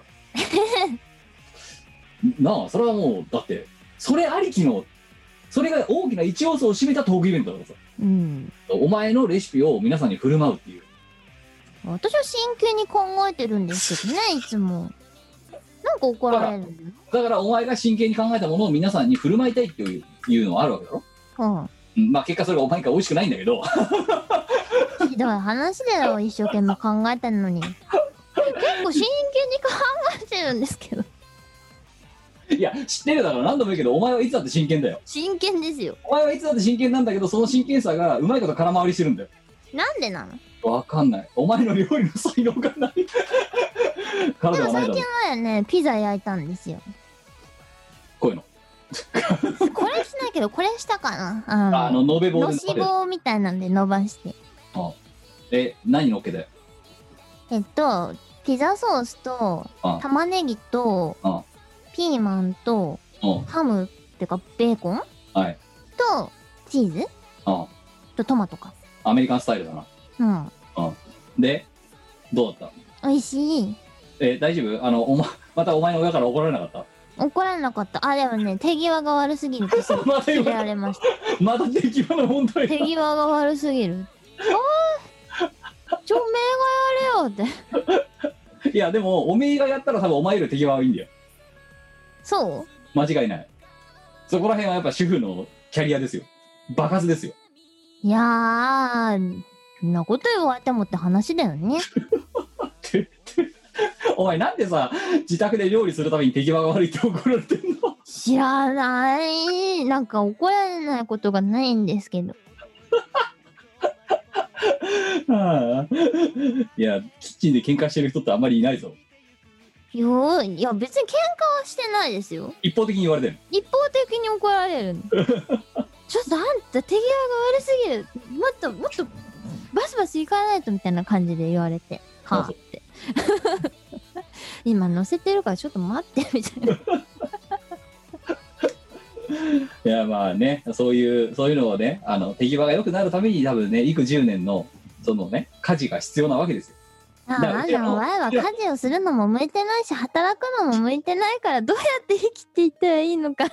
からなあ、それはもうだってそれありきの、それが大きな一要素を占めたトークイベントだからさ、 うんお前のレシピを皆さんに振る舞うっていう。 私は真剣に考えてるんですけどねいつもなんか怒られるんだよだからお前が真剣に考えたものを皆さんに振る舞いたいっていういうのはあるわけだろ。 うんうんまあ結果それがお前から美味しくないんだけどひどい話だよ一生懸命考えたのに結構真剣に考えてるんですけどいや知ってるだろ、何度も言うけどお前はいつだって真剣だよ。 真剣ですよお前はいつだって真剣なんだけど、その真剣さがうまいこと空回りしてるんだよ。 なんでなのわかんない。お前の料理の才能がないからでではないだろも最近前ねピザ焼いたんですよこういうの。 これしないけどこれしたかなあのあの延べ棒のでし棒みたいなんで伸ばしてあえ何のっけだよ。 えっとピザソースとあ玉ねぎとあピーマンとうんハムってかベーコンはい。 とチーズあとトマトかアメリカンスタイルだな。 うんでどうだった美味しいえ大丈夫あのおままたお前の親から怒られなかった怒られなかったあでもね手際が悪すぎるってすぐまた切れ言わられましたまた出来場の問題手だ。 際が悪すぎるあーちょめがやれよっていやでもおめえがやったら多分お前より手際はいいんだよ。 そ間違いない。そこら辺はやっぱ主婦のキャリアですよ。場数ですよ。 ういやーそんなこと言われてもって話だよねお前なんでさ自宅で料理するために手際が悪いって怒られてんの知らないなんか怒られないことがないんですけどはあいやキッチンで喧嘩してる人ってあんまりいないぞ。 よーいや別に喧嘩はしてないですよ一方的に言われてる。 一方的に怒られるのちょっとあんた手際が悪すぎるもっともっとバスバス行かないとみたいな感じで言われてはあって今乗せてるからちょっと待ってみたいないやまあねそういうそういうのをねあの手際が良くなるために多分ね幾十年のそのね家事が必要なわけですよ。 あだからあんたも前は家事をするのも向いてないし働くのも向いてないからどうやって生きていったらいいのかい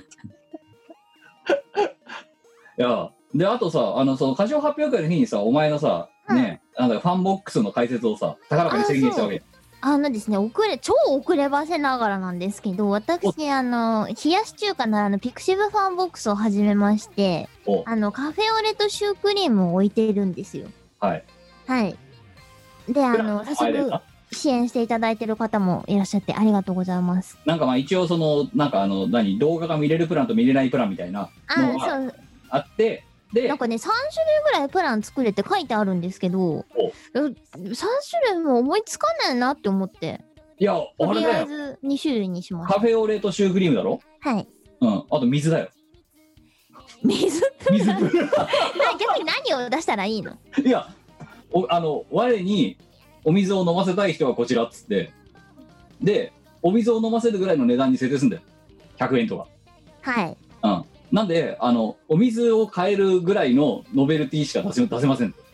やであとさあのその歌唱発表会の日にさお前のさ、 うんねなんかファンボックスの解説をさ高らかに宣言したわけ。 あのですね遅れ超遅ればせながらなんですけど私あの冷やし中華ならぬピクシブファンボックスを始めましておあのカフェオレとシュークリームを置いているんですよはい。 はいであの早速あれか支援していただいてる方もいらっしゃってありがとうございますなんかまあ一応そのなんかあの何動画が見れるプランと見れないプランみたいなあのがそうあってでなんかねさん種類ぐらいプラン作れって書いてあるんですけどさん種類も思いつかないなって思っていやあとりあれだよえずに種類にしましカフェオレとシュークリームだろ。 たはいうんあと水だよ。 水水プラ逆に何を出したらいいのいやおあの我にお水を飲ませたい人はこちらっつって、でお水を飲ませるぐらいの値段に設定するんだよ、ひゃくえんとか。 はい。 うん、なんであのお水を買えるぐらいのノベルティしか出せ、出せません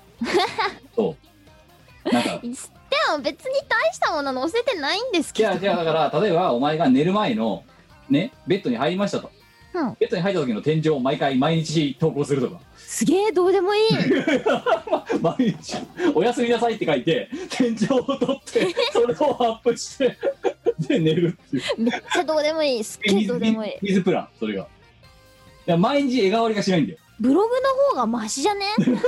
そうなんかでも別に大したもの載せてないんですけど。 いやじゃあだから例えばお前が寝る前のねベッドに入りましたと、 うん、 ベッドに入った時の天井を毎回毎日投稿するとか。 すげえどうでもいい毎日おやすみなさいって書いて天井を取ってそれをアップしてで寝るっていう。 めっちゃどうでもいい。すっげえどうでもいい。 水プランそれが。いや毎日絵代わりがしないんだよ。 ブログの方がマシじゃね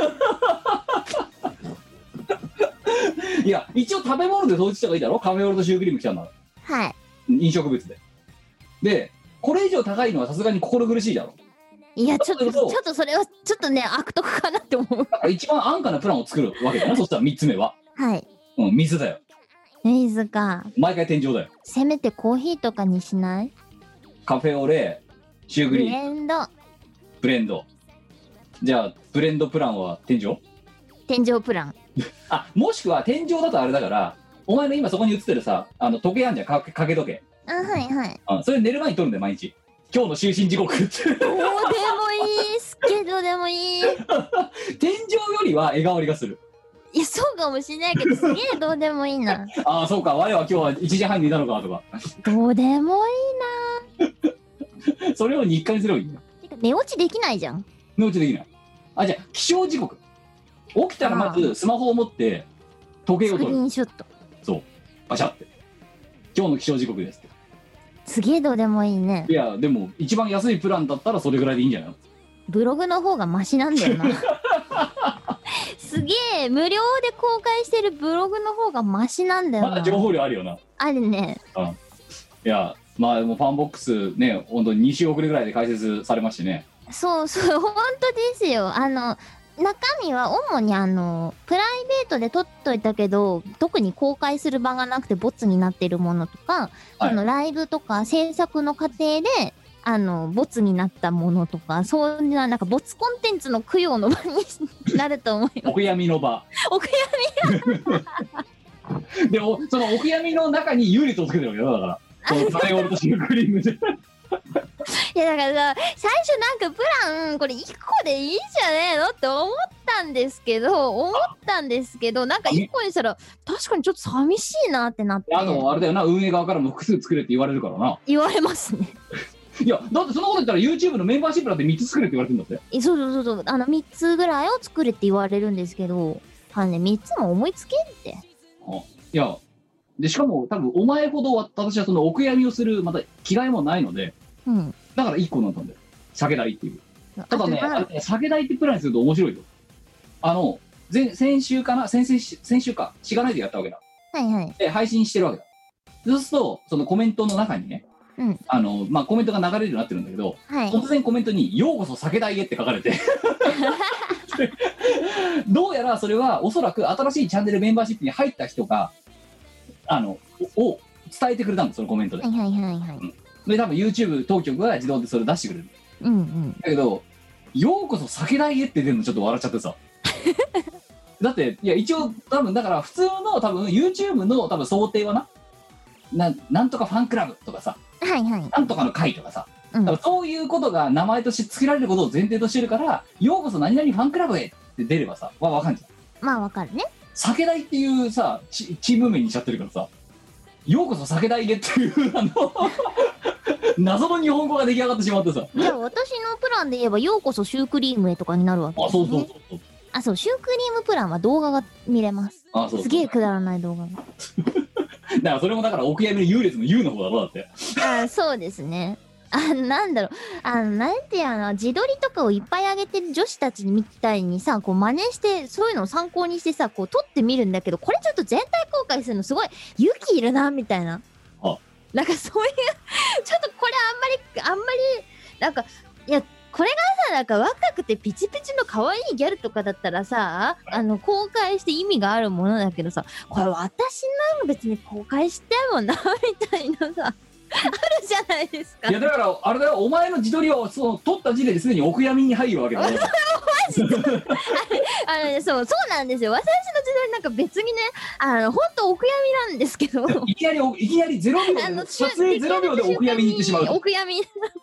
いや一応食べ物で統一した方がいいだろ。カフェオレとシュークリーム来たんだ。 はい。 飲食物で。でこれ以上高いのはさすがに心苦しいだろ。 いやちょっとちょっとそれはちょっとね悪徳かなって思う。 だから一番安価なプランを作るわけだな。そしたらみっつめははい。 うん、水だよ。 水か。 毎回天井だよ。 せめてコーヒーとかにしない？ カフェオレシュークブリームレンド。 ブレンド。じゃあブレンドプランは天井？ 天井プラン。 あ、もしくは天井だとあれだから、お前の今そこに映ってるさ、あの時計あんじゃん、か掛け時計。 あ、はいはい。 あ、それ寝る前に撮るんだよ、毎日。今日の就寝時刻って。 どうでもいい。すっげえどうでもいい。 天井よりは絵代わりがする。 いや、そうかもしれないけど、すげえどうでもいいな。 ああ、そうか、我は今日はいちじはんに寝たのかとか。 どうでもいいな。 それを日課にすればいいんだよ。 てか寝落ちできないじゃん。 寝落ちできない。あ、じゃあ起床時刻。起きたらまずスマホを持って時計をスク撮る。 リーンショット。 そう。バシャって。今日の起床時刻ですって。 すげえどうでもいいね。 いや、でも一番安いプランだったらそれぐらいでいいんじゃないの？ ブログの方がマシなんだよな。すげえ無料で公開してるブログの方がマシなんだよな。 まだ情報量あるよな。 あるね。 うん。いや、まあもうファンボックスね、本当にに週遅れぐらいで開設されましてね。 そうそう、本当ですよ。あの中身は主にあのプライベートで撮っといたけど特に公開する場がなくてボツになってるものとか、 はい、 そのライブとか制作の過程であのボツになったものとか、そんななんかボツコンテンツの供養の場になると思います。 お悔やみの場。 お悔やみでもそのお悔やみの中に優劣をつけてるわけだだから。そのカフェオレとシュークリームで。 いやだからさ、最初なんかプランこれいっこでいいじゃねえのって思ったんですけど思ったんですけどなんかいっこにしたら確かにちょっと寂しいなってなって。 あのあれだよな、運営側からも複数作れって言われるからな。 言われますね。 いやだってそのこと言ったら YouTube のメンバーシップだってみっつ作れって言われてるんだって。 そうそうそうそう、あのみっつぐらいを作れって言われるんですけど、あのねみっつも思いつけんって。 あ、いやでしかも多分お前ほど私はそのお悔やみをするまた気概もないので、 うん、 だからいっこになったんだよ、酒代っていう。ただね、 ああれね酒代ってプランにすると面白いよ。あの前先週かな先々週先週かしがないでやったわけだ。 はいはい。 で配信してるわけだ。そうするとそのコメントの中にね、 うん、 あのまあコメントが流れるようになってるんだけど、 はい、 突然コメントにようこそ酒代へって書かれてどうやらそれはおそらく新しいチャンネルメンバーシップに入った人があのを伝えてくれたんです、そのコメントで。 はいはいはいはい、 うん、で多分 YouTube 当局が自動でそれ出してくれる。 うんうん、 だけどようこそ酒代へって出るのちょっと笑っちゃってさだっていや一応多分だから普通の多分 YouTube の多分想定はな、ななんとかファンクラブとかさ、 はいはい、 なんとかの会とかさ、 うん、 だからそういうことが名前として付けられることを前提としてるからようこそ何々ファンクラブへって出ればさわかんじゃん。 まあわかるね。 酒代っていうさ チ, チーム名にしちゃってるからさ、ようこそ酒代へっていうあの謎の日本語が出来上がってしまってさ。 じゃあ私のプランで言えばようこそシュークリームへとかになるわけですね。 あ、そうそうそうそう。 あ、そう、シュークリームプランは動画が見れます。 あ、そうそう。 すげえくだらない動画が。 だからそれもだからお悔やみの優劣の優の方だろだって。 あ、そうですね。あ、なんだろう、あのなんていうの、自撮りとかをいっぱい上げてる女子たちみたいにさ、こう真似してそういうのを参考にしてさ、こう撮ってみるんだけど、これちょっと全体公開するのすごい勇気いるなみたいな。 あ、 なんかそういうちょっとこれあんまりあんまりなんかいやこれがさなんか若くてピチピチの可愛いギャルとかだったらさあの公開して意味があるものだけどさ、これ私なの別に公開してもなみたいなさ。あるじゃないですか。 いやだからあれだよ、お前の自撮りはその撮った時点ですでにお悔やみに入るわけだよ。 お前ジあのね、そうそうなんですよ。私の自撮りなんか別にね、あの本当お悔やみなんですけど、 いきなりいきなりゼロびょうあので撮影ゼロびょうでお悔やみに行ってしまうおと悔やみ。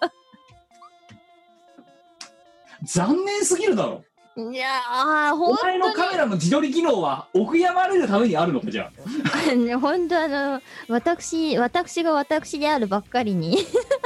残念すぎるだろ。 いやー、 お本前のカメラの自撮り機能はお悔やまれるためにあるのかじゃあ。 当に本当あの私私が私であるばっかりに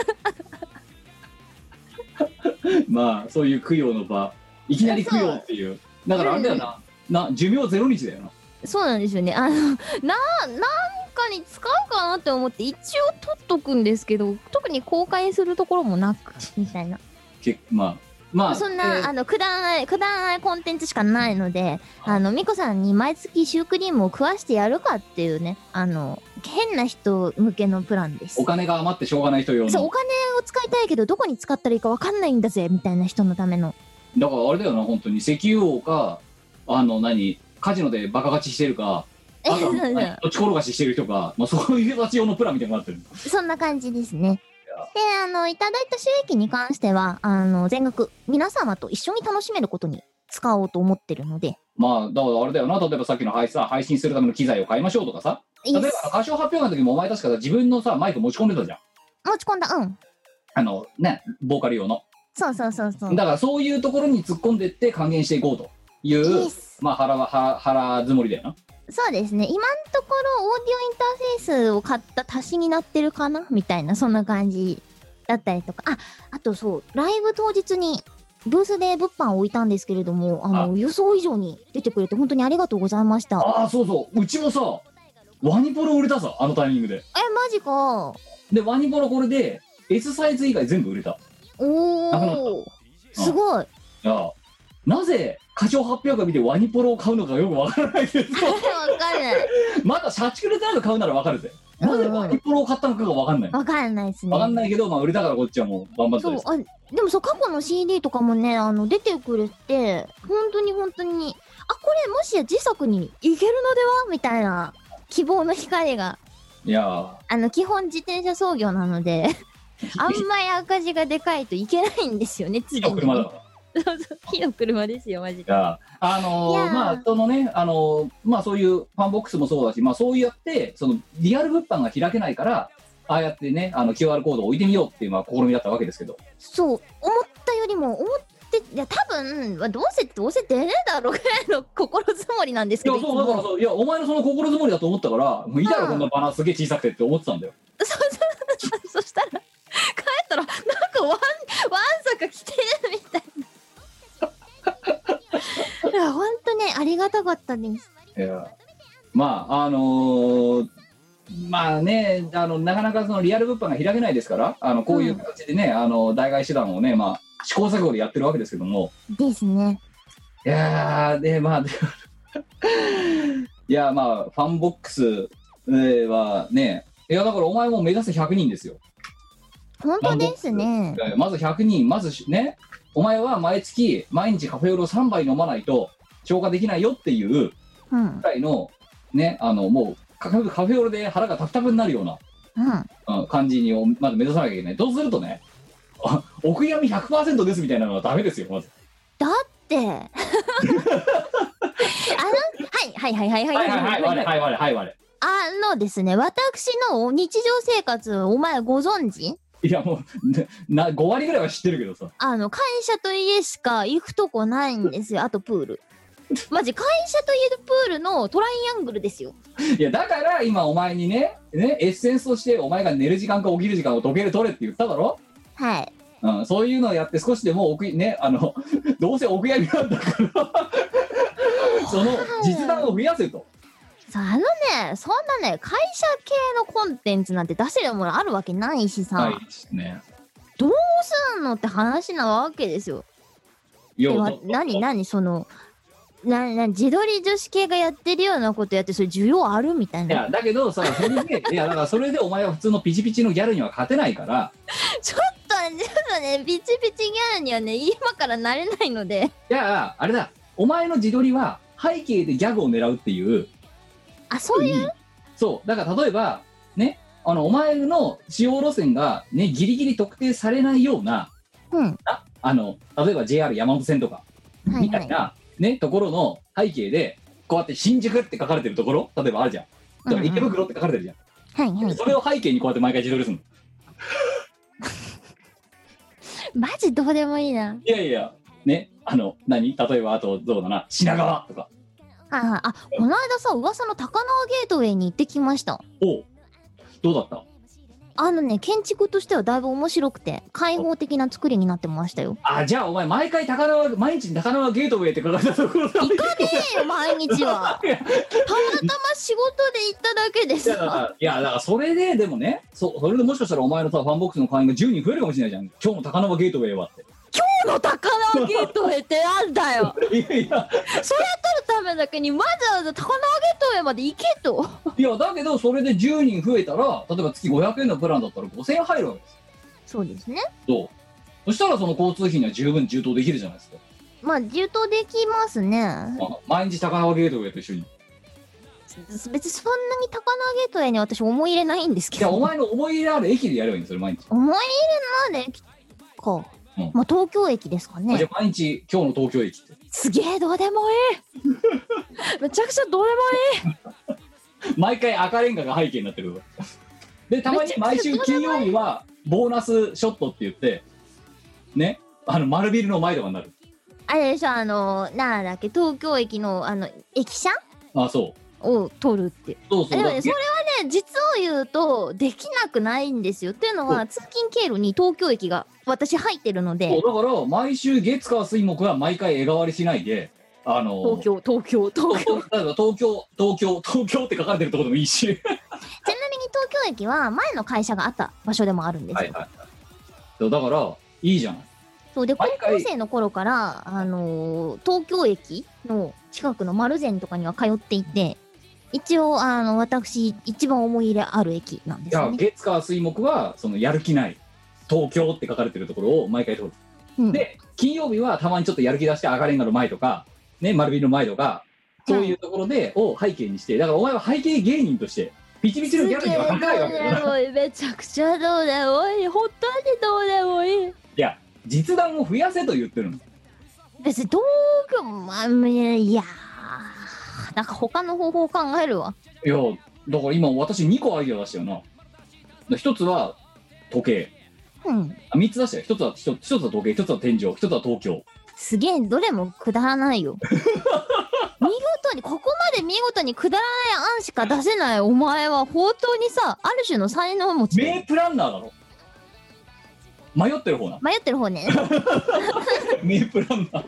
まあそういう供養の場、いきなり供養っていう。だからあれだよな、な寿命ゼロ日だよな。 そうなんですよね。あのななんかに使うかなって思って一応取っとくんですけど、特に公開するところもなくみたいな。 けまあまあそんな、 えーあのくだらないくだらないコンテンツしかないので、あのミコさんに毎月シュークリームを食わしてやるかっていうね、あの変な人向けのプランです。 お金が余ってしょうがない人用の。 そう、お金を使いたいけどどこに使ったらいいかわかんないんだぜみたいな人のための。 だからあれだよな、本当に石油王かあの何カジノでバカ勝ちしてるか、あとはそうそう何土地転がししてる人か、まあ、そういう人たち用のプランみたいになってる。 そんな感じですね。で、あのいただいた収益に関してはあの全額皆様と一緒に楽しめることに使おうと思ってるので。 まあだからあれだよな、例えばさっきの配さ配信するための機材を買いましょうとかさ、例えば歌唱発表会の時もお前確か自分のさマイク持ち込んでたじゃん。 持ち込んだ。うん。 あのね、ボーカル用の。 そうそうそうそう。 だからそういうところに突っ込んでって還元していこうという、まあ腹は腹腹積もりだよな。 そうですね。今のところオーディオインターフェースを買った足しになってるかなみたいな、そんな感じだったりとか。あ、あとそう、ライブ当日にブースで物販を置いたんですけれども、あのあ予想以上に出てくれて本当にありがとうございました。 ああ、そうそう、うちもさワニポロ売れたさ、あのタイミングで。 え、マジか。 でワニポロこれで S サイズ以外全部売れた。 おなくなっお、すごい。 いや、なぜ歌唱発表会見てワニポロを買うのかよくわからないけどわかんない。 まだ社畜でないの買うならわかるぜ。なぜワニポロを買ったのかがわかんない。 わかんないですね。 わかんないけど、まあ売れたからこっちはもう頑張ってる。 そう、あ、でもそう、過去の シーディー とかもね、あの出てくれて、本当に本当に、あ、これもしや自作にいけるのではみたいな希望の光が。 いやー、 あの基本自転車操業なのであんまり赤字がでかいといけないんですよね。 火の車だから。 そうそう、火の車ですよマジで。 いやあのー、 いやーまあそのね、あのー、まあそういうファンボックスもそうだし、まあそうやってそのリアル物販が開けないからああやってね、あの キューアール コードを置いてみようっていうまあ試みだったわけですけど、 そう思ったよりも思っていや多分どうせどうせ出ねえだろうぐらいの心づもりなんですけど、 いやそうだからそう、いやお前のその心づもりだと思ったから、もういいだろ、 うんこんなバナーすげえ小さくてって思ってたんだよ。 そうそうそしたら帰ったらなんかワンワンサカ来てるみたいな。いや本当ねありがたかったです。 いやまああのー、まあね、あのなかなかそのリアル物販が開けないですから、あのこういう形でね、うん、あの代替手段をね、まあ試行錯誤でやってるわけですけども。 ですね。 いやーでまあでいやまあファンボックスはね、いやだからお前も目指せひゃくにんですよ。 本当ですね。 まずひゃくにん、まずね、お前は毎月毎日カフェオレをさんばい飲まないと消化できないよっていうくらいの、ね、あのもうカフェオレで腹がタプタプになるような、うんうん、感じにまず目指さなきゃいけない。どうするとね、お悔やみ ひゃくパーセント ですみたいなのはダメですよ。まずだってあのはいはいはいはいはいはいはいはいはいはいはいはいあのですね、私の日常生活お前ご存知？ いやもうなごわりぐらいは知ってるけどさ、 あの会社と家しか行くとこないんですよ。あとプールマジ会社と家とプールのトライアングルですよ。 いやだから今お前にねねエッセンスとしてお前が寝る時間か起きる時間を時計で取れって言っただろ。 はい、 うん、そういうのをやって少しでもおくね、あのどうせお悔やみなんだからその実弾を増やせと。 あのね、そんなね会社系のコンテンツなんて出せるものあるわけないしさ、 ないですね。 どうすんのって話なわけですよ。 いや何何そのなな自撮り女子系がやってるようなことやってそれ需要あるみたいな。 いやだけどさ、それでいやだからそれでお前は普通のピチピチのギャルには勝てないからちょっとちょっとねピチピチギャルにはね今からなれないので。 いやあれだ、お前の自撮りは背景でギャグを狙うっていう。 あ、そういう、 そうだから例えばね、あのお前の使用路線がねギリギリ特定されないような、 うん、 ああの例えば ジェイアール 山手線とかはいみたいな、ね、ところの背景でこうやって新宿って書かれてるところ例えばあるじゃん。だから池袋って書かれてるじゃん、 はいはい。 それを背景にこうやって毎回自撮りするの。 マジどうでもいいな。 いやいやね、あの何例えばあとどうだな品川とか。 はいはい。あ、この間さ、噂の高輪ゲートウェイに行ってきました。 おうどうだった？ あのね、建築としてはだいぶ面白くて開放的な作りになってましたよ。 あ、じゃあお前毎回高輪毎日高輪ゲートウェイって書かれたところだ。 行かねえよ毎日は。たまたま仕事で行っただけでいやだかさ。 らいやだからそれででもね、そそれでもしかしたらお前のさファンボックスの会員がじゅうにん増えるかもしれないじゃん。今日の高輪ゲートウェイはって。 今日の高輪ゲートウェイってなんだよ。 いやいやそれ取るためだけにわざわざ高輪ゲートウェイまで行けと。 いやだけどそれでじゅうにん増えたら例えば月ごひゃくえんのプランだったらごせんえん入るわけです。 そうですね。 どう？そしたらその交通費には十分充当できるじゃないですか。 まあ充当できますね。 あ毎日高輪ゲートウェイと一緒に。 別にそんなに高輪ゲートウェイに私思い入れないんですけど。 いやお前の思い入れある駅でやればいいんですよ毎日。 思い入れのある駅か。 うんまあ東京駅ですかじゃね。 あ毎日今日の東京駅って。 すげえどうでもいい。めちゃくちゃどうでもいい。 毎回赤レンガが背景になってる。でたまに毎週金曜日はボーナスショットって言ってね、あの丸ビルの前とかになる。 あれでしょ、あのなんだっけ、東京駅のあの駅舎あ、そうを取るって。 そうそう。 でもね、それはね、実を言うとできなくないんですよ。っていうのは通勤経路に東京駅が私入ってるので。 そうだから毎週月火水木は毎回絵代わりしないで、あの東京東京東京。 だから東京東京東京って書かれてるところでもいいし。 ちなみに東京駅は前の会社があった場所でもあるんですよ。 はいはい。そうだからいいじゃん。 そうで、高毎回校生の頃からあのー東京駅の近くの丸善とかには通っていて、一応あの私一番思い入れある駅なんでいやすよね。 月火水木はそのやる気ない東京って書かれてるところを毎回通る。 うん、 で金曜日はたまにちょっとやる気出して赤レンガの前とかね丸ビルの前とかそういうところで、を背景にして、だからお前は背景芸人としてピチピチのギャルには書かないわけだから。 すげえどうでもいい。めちゃくちゃどうでもいい。本当にどうでもいい。 いや実弾を増やせと言ってるの。 別にどうまあいやーなんか他の方法を考えるわ。 いやだから今私にこアイデア出したよな。一つは時計、 うん。 あみっつ出したよ。一つは一つ一つは時計、一つは天井、一つは東京。 すげえどれもくだらないよ。見事にここまで見事にくだらない案しか出せないお前は本当にさ、ある種の才能持ち名プランナーだろ。迷ってる方な。 迷ってる方ね。 名プランナー。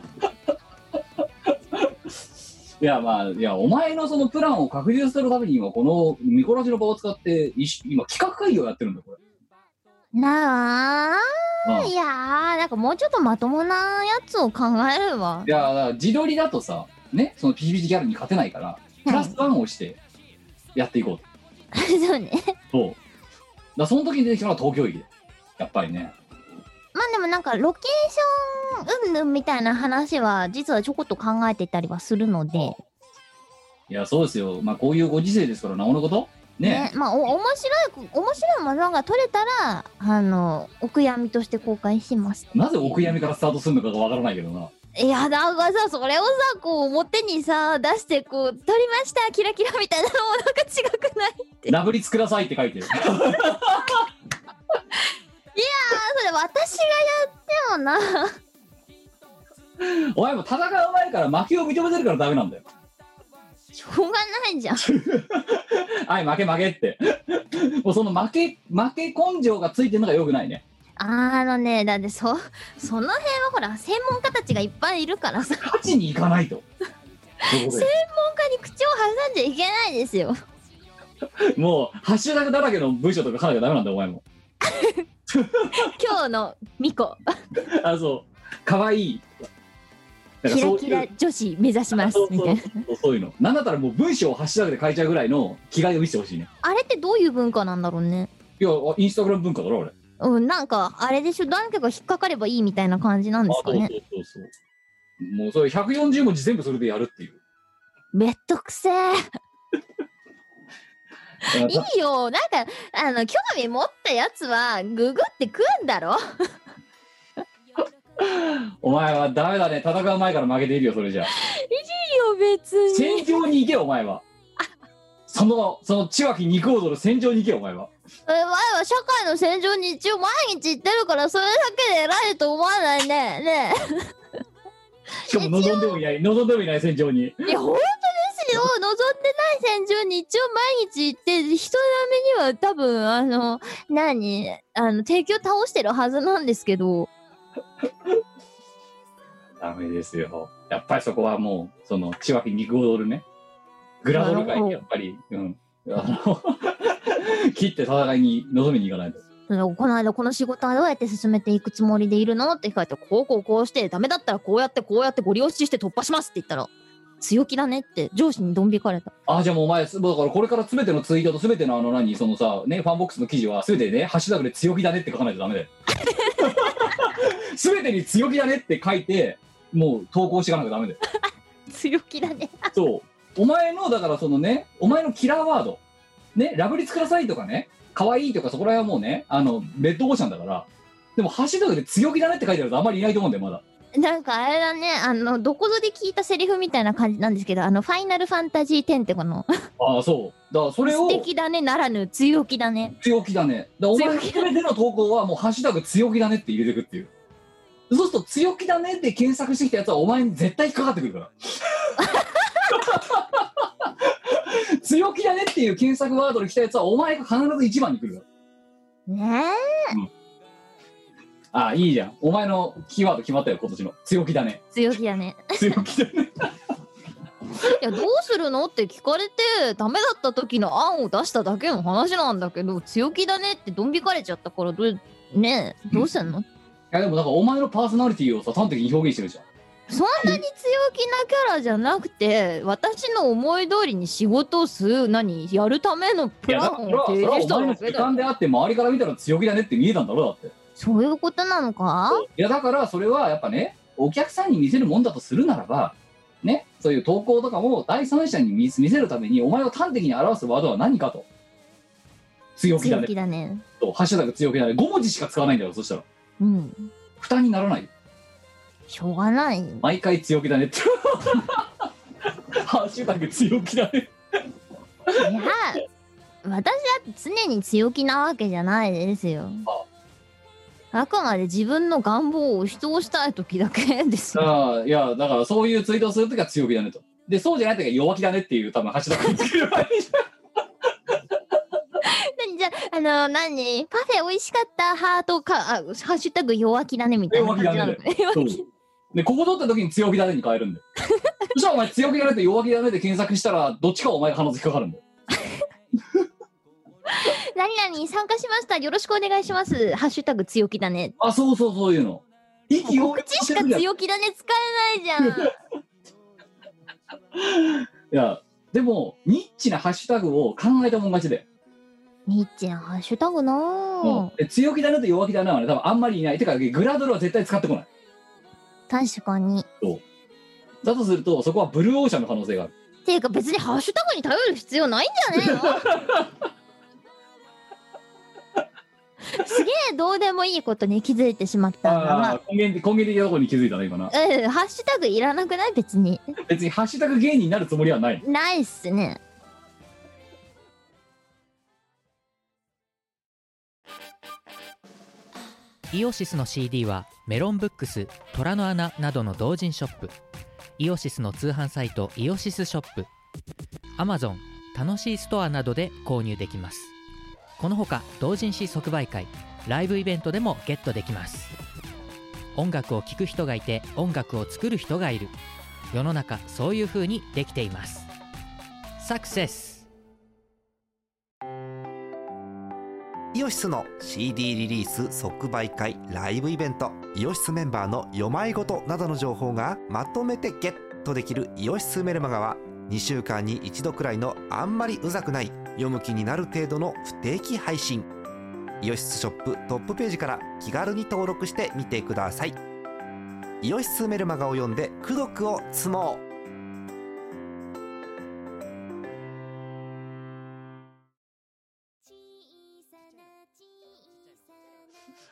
いやまあいやお前のそのプランを確実するために今このミコラジの場を使って今企画会議をやってるんだこれ。 なあ、 うんいやーなんかもうちょっとまともなやつを考えるわ。 いやだから自撮りだとさね、そのピチピチギャルに勝てないからプラスワンをしてやっていこうと。 そうね。 そうだからその時に出てきたのは東京駅でやっぱりね。 まあでもなんかロケーションうんぬんみたいな話は実はちょこっと考えてたりはするので、 いやそうですよ。まあこういうご時世ですからなおのことね。 ね、まあお面白い面白いものが撮れたらあのお悔やみとして公開します。 なぜお悔やみからスタートするのかがわからないけどな。 いやなんかさ、それをさこう表にさ出してこう撮りましたキラキラみたいなのもなんか違くないって。 ラブリツくださいって書いてる。 いやーそれ私がやってもな。 お前も戦う前から負けを認めてるからダメなんだよ。 しょうがないじゃん。 はい負け負けってもうその負け負け根性がついてるのがよくないね。 あのね、だってそその辺はほら専門家たちがいっぱいいるからさ、 勝ちに行かないと。 専門家に口を挟んじゃいけないですよ。 もうハッシュタグだらけの文章とか書かなきゃダメなんだよお前も。 今日のミコあそうかわいいなんかキラそういうキラ女子目指しますそうそうみたいな。 そうそういうのなんだったらもう文章をハッシュタグで書いちゃうぐらいの気概を見せてほしいね。 あれってどういう文化なんだろうね。 いやインスタグラム文化だろ俺。 うん、なんかあれでしょ、誰かが引っかかればいいみたいな感じなんですかね。 あそうそうそうそうもうそれひゃくよんじゅうもじ全部それでやるっていう。 めっとくせー。いいよ、なんかあの興味持ったやつはググってくんだろ。 お前はダメだね。戦う前から負けているよ、それじゃ。 いいよ別に。 戦場に行けよ、お前は。その、その、千脇肉踊る戦場に行けよ、お前は。 え、前は社会の戦場に一応毎日行ってるから、それだけで偉いと思わないね。ねしかも望んでもいない、望んでもいない戦場に。 え。いや、本当ですよ。望んでない戦場に一応毎日行って、人並みには多分、あの、何あの、敵を倒してるはずなんですけど。 ダメですよ。やっぱりそこはもう、その、千脇肉踊るね。グラドル界にやっぱり、うん。あの、切って戦いに臨みに行かないと。 この間この仕事はどうやって進めていくつもりでいるのって聞かれて、こうこうこうして、ダメだったらこうやってこうやってゴリ押しして突破しますって言ったら、強気だねって上司にドン引かれた。 あ、じゃあもうお前、だからこれから全てのツイートと全てのあの何、そのさ、ね、ファンボックスの記事は全てね、ハッシュタグで強気だねって書かないとダメだよ。全てに強気だねって書いて、もう投稿していかなきゃダメだよ。 強気だね。 そう。お前の、だからそのね、お前のキラーワード、ね、ラブリツくださいとかね、可愛いとかそこら辺はもうね、あの、レッドオーシャンだから、でもハッシュタグで強気だねって書いてあるとあんまりいないと思うんだよ、まだ。 なんかあれだね、あの、どこぞで聞いたセリフみたいな感じなんですけど、あの、ファイナルファンタジーテンってこの、 ああ、そう。だからそれを、 素敵だねならぬ強気だね。 強気だね。だからお前の全ての投稿はもうハッシュタグ強気だねって入れてくっていう。そうすると強気だねって検索してきたやつはお前に絶対引っかかってくるから。強気だねっていう検索ワードで来たやつはお前が必ず一番に来るから。 ねえ、 うん、ああ、いいじゃん。お前のキーワード決まったよ、今年の。強気だね。 強気だね。 強気だね。 いや、どうするのって聞かれて、ダメだった時の案を出しただけの話なんだけど、強気だねってドン引かれちゃったから、どう、ねえ、どうすんの、うん、 いやでもなんかお前のパーソナリティをさ、端的に表現してるじゃん。 そんなに強気なキャラじゃなくて、私の思い通りに仕事をする、何、やるためのプランを提示したお前の時間であって、周りから見たら強気だねって見えたんだろ、だって。 そういうことなのか？ いや、だからそれはやっぱね、お客さんに見せるもんだとするならば、ね、そういう投稿とかも第三者に見せるために、お前を端的に表すワードは何かと。強気だね。 強気だね。 と、ハッシュタグ強気だね。ご文字しか使わないんだよ、そしたら。 うん。 負担にならない。 しょうがない。 毎回強気だねって。ハッシュタグ強気だね。 いや、私は常に強気なわけじゃないですよ。あくまで自分の願望を押し通したい時だけですよ。 ああ、いや、だからそういうツイートをするときは強気だねと。で、そうじゃないときは弱気だねっていう多分ハッシュタグにつければいいじゃん。 じゃあ、あの、何パフェ美味しかったハートか、あ、ハッシュタグ弱気だねみたいな感じなの。 弱気だねで。で、ここ取った時に強気だねに変えるんだよ。そしたらお前強気だねと弱気だねで検索したら、どっちかお前が鼻付引っかかるんだよ。 何々参加しました。よろしくお願いします。ハッシュタグ強気だね。 あ、そうそう、そういうの。息を告知しか強気だね使えないじゃん。 いや、でも、ニッチなハッシュタグを考えたもん勝ちで。 ニッチなハッシュタグなぁ、 うん、強気だねと弱気だねはね、多分あんまりいない。てか、グラドルは絶対使ってこない。 確かに。 そうだとすると、そこはブルーオーシャンの可能性がある。 ていうか別にハッシュタグに頼る必要ないんじゃねえのすげえどうでもいいことに気づいてしまったんだな。 あ根源根源的なところに気づいたね、今な。 うん、ハッシュタグいらなくない？別に。 別にハッシュタグ芸人になるつもりはない。 ないっすね。 イオシスの シーディー はメロンブックス、虎の穴などの同人ショップ、イオシスの通販サイトイオシスショップ、アマゾン、楽しいストアなどで購入できます。このほか同人誌即売会、ライブイベントでもゲットできます。音楽を聴く人がいて音楽を作る人がいる。世の中そういう風にできています。サクセス。 イオシスの シーディー リリース即売会、ライブイベント、イオシスメンバーの読まいごとなどの情報がまとめてゲットできるイオシスメルマガは、にしゅうかんに一度くらいのあんまりうざくない読む気になる程度の不定期配信。イオシスショップトップページから気軽に登録してみてください。イオシスメルマガを読んで功徳を積もう。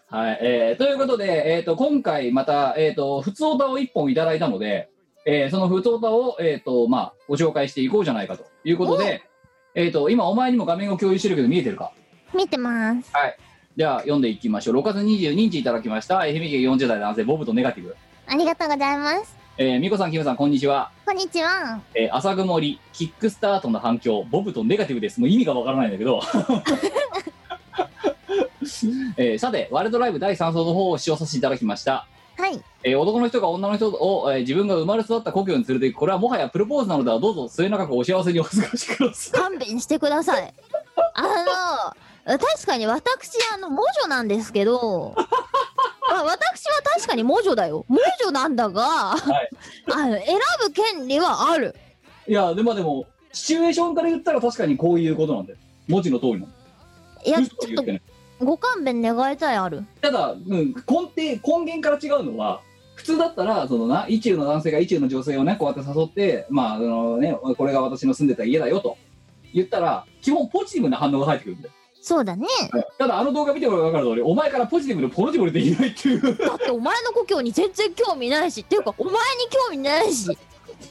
はい、えー、ということで、えー、と今回また、えー、と普通オタをいっぽんいただいたので、えー、その普通オタを、えーとまあ、ご紹介していこうじゃないかということで、えー、と今お前にも画面を共有してるけど見えてるか。 見てます。 はい、では読んでいきましょう。ろくがつにじゅうににちいただきました愛媛県よんじゅうだい男性ボブとネガティブ。 ありがとうございます。 えー、みこさんキムさんこんにちは。 こんにちは。 えー、朝曇りキックスタートの反響ボブとネガティブです。もう意味がわからないんだけどえー、さてワールドライブだいさんそうの方を視聴させていただきました。 はい。 えー、男の人が女の人を、えー、自分が生まれ育った故郷に連れて行く。これはもはやプロポーズなのでは。どうぞ末永くお幸せにお過ごしください。 勘弁してください。あの確かに私あの魔女なんですけどあ私は確かに魔女だよ。魔女なんだが、はい、あの選ぶ権利はある。 いやでもでもシチュエーションから言ったら確かにこういうことなんだよ。文字の通りの。 いやちょっとご勘弁願いたいある。 ただ、うん、根底根源から違うのは普通だったらそのな意中の男性が意中の女性をねこうやって誘ってまああのねこれが私の住んでた家だよと言ったら基本ポジティブな反応が返ってくるんだよ。 そうだね。 ただあの動画見ても分かる通りお前からポジティブでポロジブルできないっていうだってお前の故郷に全然興味ないしっていうかお前に興味ないし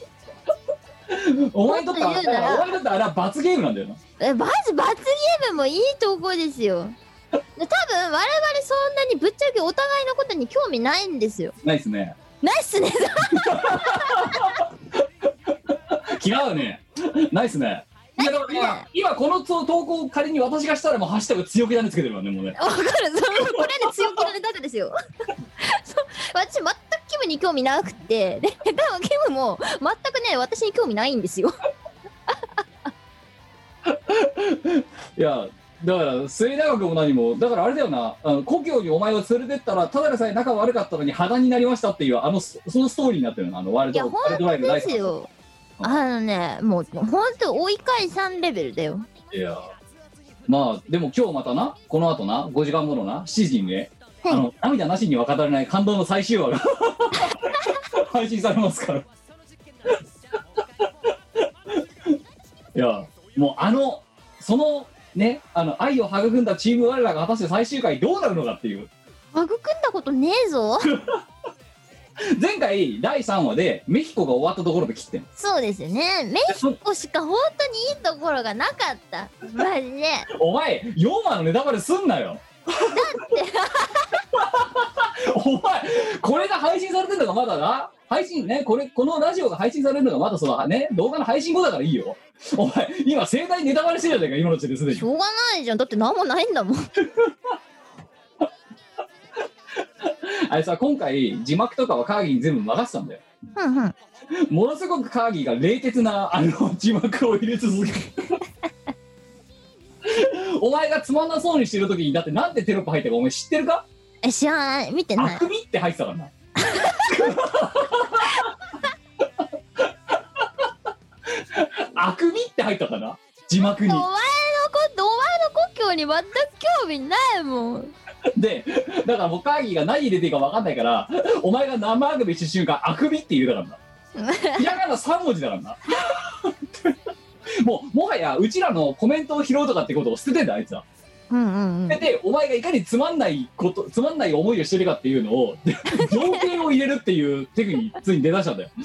お前にとってはお前にとってはあれは罰ゲームなんだよな。 えマジ罰ゲームもいいとこですよ。多分我々そんなにぶっちゃけお互いのことに興味ないんですよ。 ないっすね。 ないっすね違うね。ないっすね。いやだから今、今この投稿を仮に私がしたらもうハッシュタグ強気だねつけてるわねもうね。 わかる。そのこれで強気なネタですよそう私全くキムに興味なくてで多分キムも全くね私に興味ないんですよいやだから末永くも何もだからあれだよなあの故郷にお前を連れてったらただでさえ仲悪かったのに破談になりましたっていうあのそのストーリーになってるのあのワールドライブ大好きですよ。 あのねもうほんと追い返さんレベルだよ。 いやまあでも今日またなこの後なごじかんごのなしちじにね、はい、あの涙なしには語れない感動の最終話が配信されますからいやもうあのそのねあの愛を育んだチーム我らが果たして最終回どうなるのかっていう育んだことねえぞ前回だいさんわでメヒコが終わったところで切ってん。 そうですよね。メヒコしか本当にいいところがなかったマジで。 お前よんわのネタバレすんなよだってお前これが配信されてるのがまだな配信ねこれこのラジオが配信されるのがまだそのね動画の配信後だからいいよ。お前今盛大にネタバレしてるじゃないか今のうちですでに。 しょうがないじゃんだって何もないんだもんあれさ今回字幕とかはカーギーに全部任せたんだよ。 うんうん。 ものすごくカーギーが冷徹なあの字幕を入れ続けるお前がつまんなそうにしてる時にだってなんでテロップ入ったかお前知ってるか。 え知らない見てない。 あくびって入ってたからなあくびって入ったからな字幕に。 お前のことお前の故郷に全く興味ないもんでだからもうカーギーが何入れていいか分かんないからお前が生あくびした瞬間あくびって言うだからなひらがなさんもじだからなもうもはやうちらのコメントを拾うとかってことを捨ててんだあいつは。 うんうんうん、 でお前がいかにつまんないことつまんない思いをしてるかっていうのを情景を入れるっていうテクニックついに出だしたんだよ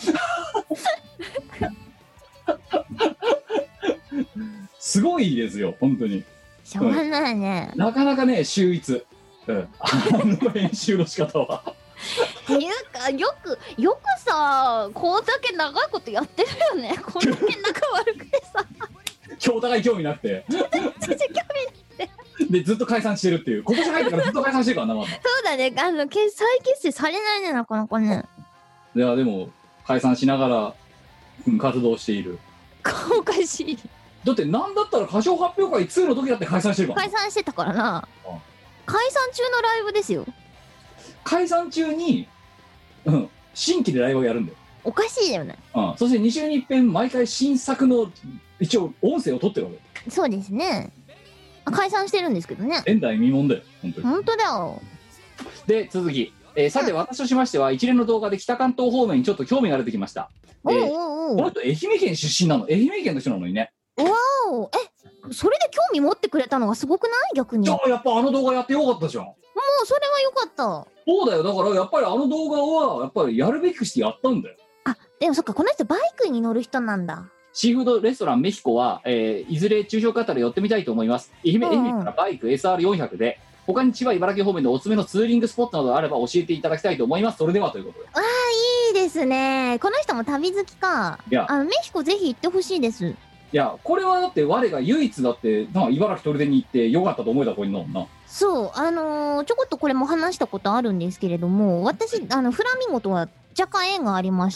すごいですよ本当に。 しょうがないね、 うん、なかなかね秀逸、うん、あの編集の仕方はっていうかよくよくさこんだけ長いことやってるよねこんだけ仲悪くてさ今日お互い興味なくて全然興味なくてでずっと解散してるっていう今年入ってからずっと解散してるからなまだそうだねあの再結成されないねなかなかね。 いやでも解散しながら、うん、活動している。 おかしいだってなんだったら歌唱発表会ツーの時だって解散してるから解散してたからな、うん、解散中のライブですよ。 解散中に、うん、新規でライブをやるんだよ。 おかしいよね、 うん、そしてに週に一遍毎回新作の一応音声を取ってるわけ。 そうですね解散してるんですけどね。 前代未聞だよ本当に。 本当だよ。 で続き、えー、さて、うん、私としましては一連の動画で北関東方面にちょっと興味が出てきました。 おうおうおう、 この人愛媛県出身なの。愛媛県の人なのにね。 わおえそれで興味持ってくれたのがすごくない逆に。 じゃあやっぱあの動画やってよかったじゃん。もお、それはよかった。 そうだよ。だからやっぱりあの動画はやっぱりやるべきしてやったんだよ。 あ、でもそっか、この人バイクに乗る人なんだ。 シーフードレストランメヒコは、えーいずれ昼食あったら寄ってみたいと思います。愛媛、愛媛からバイク エスアールよんひゃく で、他に千葉茨城方面でおすすめのツーリングスポットなどがあれば教えていただきたいと思います。それではということで。 ああ、いいですね。この人も旅好きか。 いやあのメヒコぜひ行ってほしいです。 いや、これはだって我が唯一だってな茨城トルデに行ってよかったと思えた子になるもんな。 そう、あのーちょこっとこれも話したことあるんですけれども、私、あの、フラミンゴとは若干縁がありまして。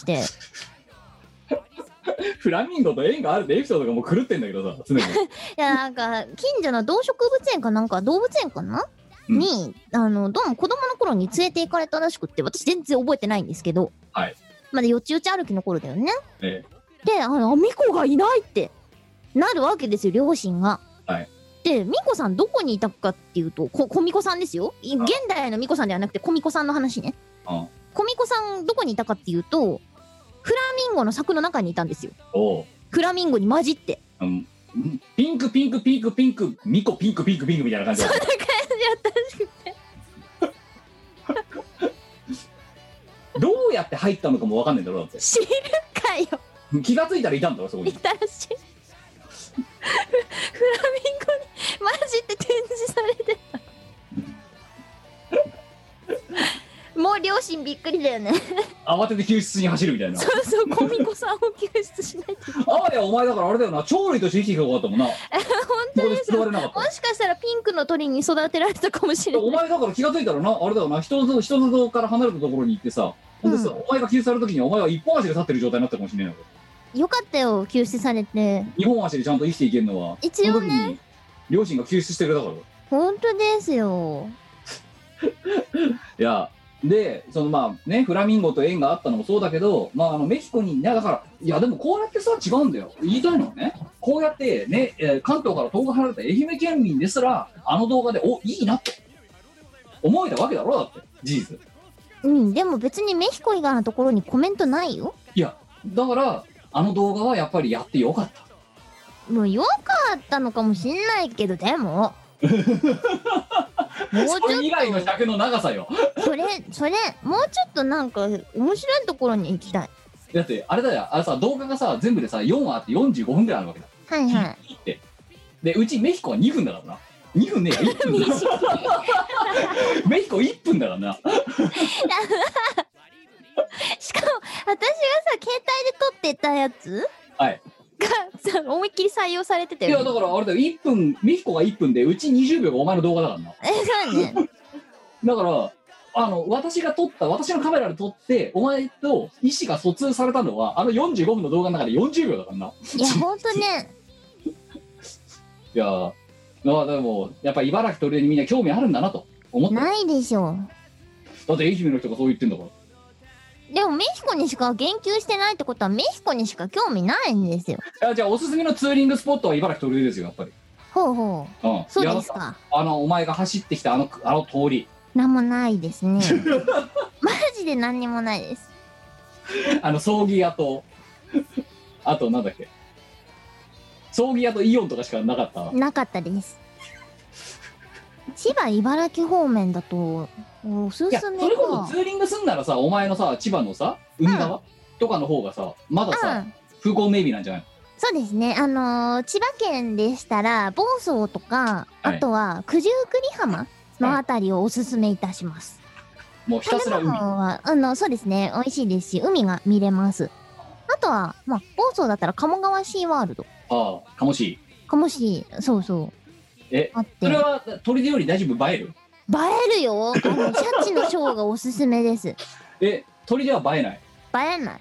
フラミンゴと縁があるってエピソードがもう狂ってんだけどさ、常に。いや、なんか、近所の動植物園かなんか、動物園かな、 うん、 に、あの、どうも子供の頃に連れて行かれたらしくって、私全然覚えてないんですけど、 はい。 まだよちよち歩きの頃だよね。 ええ。で、あの、ミコがいないってなるわけですよ、両親が。 はい。 で、ミコさんどこにいたかっていうと、こ、コミコさんですよ。現代のミコさんではなくて、コミコさんの話ね。 あコミコさんどこにいたかっていうと、フラミンゴの柵の中にいたんですよ。 おう。 フラミンゴに混じって。 うん。ピンクピンクピンクピンクミコピンクピンクピンクみたいな感じだ。 そんな感じだったらしくて。 どうやって入ったのかもわかんないんだろうだって。 知るかよ。 気がついたらいたんだろそこに。 いたらしい。フラミンゴに混じって展示されてた。もう両親びっくりだよね。 慌てて救出に走るみたいな。 そうそう、コミコさんを救出しないといけない。 ああ、いやお前だからあれだよな、鳥類として生きていけばよかったもんな。 本当ですよ。 もしかしたらピンクの鳥に育てられたかもしれない。 お前だから気がついたらな、あれだよな、人の人のから離れたところに行ってさ、ほんでさ、お前が救出された時にお前は一本足で立ってる状態になったかもしれないの。 よかったよ、救出されて。 二本足でちゃんと生きていけるのは一応ね、 その時に両親が救出してくれたから。 本当ですよ。 いやで、そのまあね、フラミンゴと縁があったのもそうだけど、まあ、あのメキコに、いやだから、いやでもこうやってさ、違うんだよ。言いたいのはね、こうやってね、えー関東から遠く離れた愛媛県民ですら、あの動画で、お、いいなと思えたわけだろ、だって、事実。 うん、でも別にメヒコ以外のところにコメントないよ。 いや、だから、あの動画はやっぱりやってよかった。 もうよかったのかもしんないけど、でも。もうちょっとそれ以外の尺の長さよ。 それ、それ、もうちょっとなんか、面白いところに行きたい。 だって、あれだよ、あれさ、動画がさ、全部でさ、よんわあってよんじゅうごふんぐらいあるわけだ。 はいはい。 ってで、うちメヒコはにふんだからな。にふんねえよ、いっぷんだメヒコいっぷんだからな。 しかも、私がさ、携帯で撮ってたやつはい。 がさ、思いっきり採用されてたいや、 よ、ね。 だからあれだよ、いっぷん、メヒコがいっぷんで、うちにじゅうびょうがお前の動画だからな。 え、そうね。 だから、あの、私が撮った、私のカメラで撮って、お前と意思が疎通されたのは、あのよんじゅうごふんの動画の中でよんじゅうびょうだからな。 いや、ほんとね。 いやー、まあでも、やっぱ茨城トルデにみんな興味あるんだなと思った。 ないでしょ。 だって愛媛の人がそう言ってんだから。 でもメヒコにしか言及してないってことはメヒコにしか興味ないんですよ。 いや、じゃあおすすめのツーリングスポットは茨城トルデですよ、やっぱり。 ほうほう。 うん。 そうですか。 あの、お前が走ってきたあの、あの通り。 なんもないですね。マジで何にもないです。 あの、葬儀屋と、あとなんだっけ。葬儀屋とイオンとかしかなかった。 なかったです。千葉茨城方面だとおすいや、 すめそれこそか。 ツーリングすんならさ、お前のさ、千葉のさ、海側、とかの方がさ、まださ、 うん風光明媚なんじゃないの？ そうですね。あのー千葉県でしたら房総とか、 はいあとは九十九里浜のあたりをおすすめいたします。 もうひたすら海。 食べ物はあのそうですね、美味しいですし、海が見れます。あとはまあ房総だったら鴨川シーワールド、 ああ、かもしい。 鴨シー、そうそうえ、 あって、 それは鳥でより大丈夫？映える？ 映えるよ。あのシャチのショーがおすすめです。 え、鳥では映えない？ 映えない。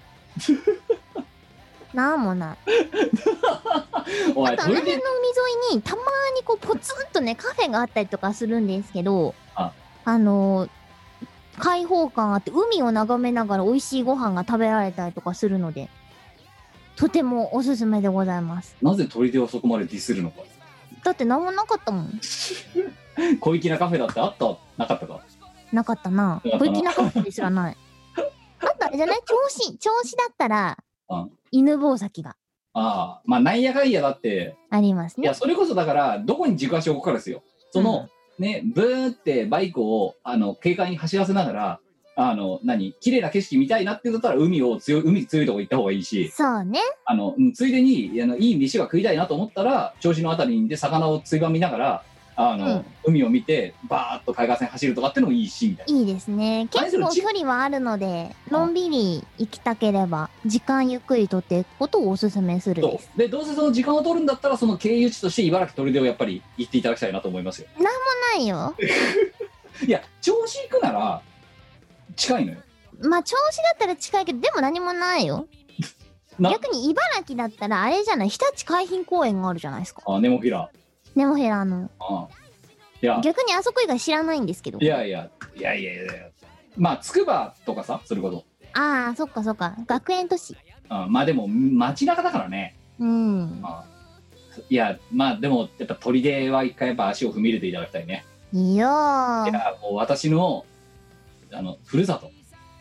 なんもない。 おい、 あとあの辺の海鳥で、 沿いにたまにこうポツンとねカフェがあったりとかするんですけど、 ああのー開放感あって海を眺めながら美味しいご飯が食べられたりとかするので、とてもおすすめでございます。 なぜ鳥ではそこまでディスるのか。 だって何もなかったもん。 小粋なカフェだってあったなかったか。 なかったな。 なかったな小粋なカフェですらない。あとあれじゃない？調子調子だったらうん犬吠埼がああ、まあなんやかんやだって、 ありますねいや、。それこそだから、どこに軸足を置くかですよ。その、 ね、ブーってバイクをあの軽快に走らせながら、あの何綺麗な景色見たいなって言ったら海を強い海強いとこ行った方がいいし、 そうね。 あのうんついでにあのいい飯が食いたいなと思ったら銚子のあたりにで魚をついばみながらあの、 うん海を見てバーッと海岸線走るとかってのもいいしみたいな。 いいですね。結構距離はあるので、のんびり行きたければ、時間ゆっくりとっていくことをおすすめするそです。 うでどうせその時間を取るんだったらその経由地として茨城砦をやっぱり行っていただきたいなと思いますよ。 ないよ。 いや銚子行くなら近いのよ。 まあ、銚子だったら近いけど、でも何もないよ。 な逆に茨城だったら、あれじゃない、日立海浜公園があるじゃないですか。 あネモフィラネモフェラの。 あいや逆にあそこ以外知らないんですけど。 いやいやいやいやいやまあ筑波とかさそれこそああ、そっかそっか。学園都市。 あまあでも街中だからね。 うん。 あいやまあでもやっぱ砦は一回やっぱ足を踏み入れていただきたいね。 いいよー。 いやもう私のあのふるさと。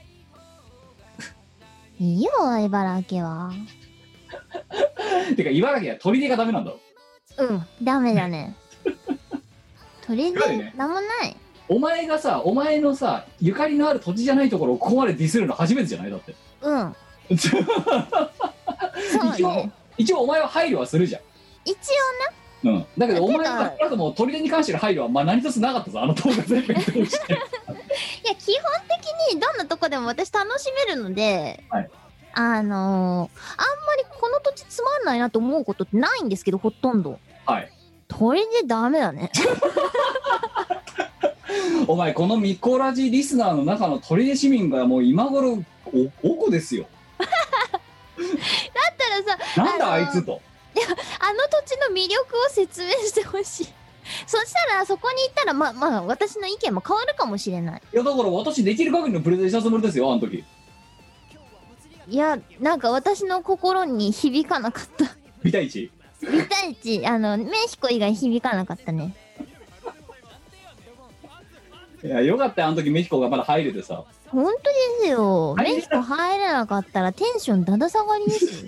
いいよ、茨城は。 てか茨城は砦がダメなんだろ。 うん、ダメだね。とりあえずだよね、 なんもない。 お前がさお前のさゆかりのある土地じゃないところをここまでディスるの初めてじゃないだって。 うん。 一応そうね。 一応お前は配慮はするじゃん。 一うん、だけどお前てかは少なくとも砦に関しての配慮はまあ何一つなかったぞあの動画全編通して。 応、いや、基本的にどんなとこでも私楽しめるので、 はいあのー、あんまりこの土地つまんないなと思うことってないんですけど、ほとんど。 はいとりでダメだね。 お前このミコラジリスナーの中の砦市民がもう今頃おおこですよ。 だったらさ、 なんだあいつと。 あの土地の魅力を説明してほしい。そしたらそこに行ったらまあまあ私の意見も変わるかもしれない。 いやだから私できる限りのプレゼンしたつもりですよあの時。 いや、なんか私の心に響かなかった。 ビタイチ。 ビタイチ、あの、メヒコ以外響かなかったね。 いやよかったよあの時メヒコがまだ入れてさ。 ほんとですよ。 入れメヒコ入れなかったらテンションだだ下がりですよ。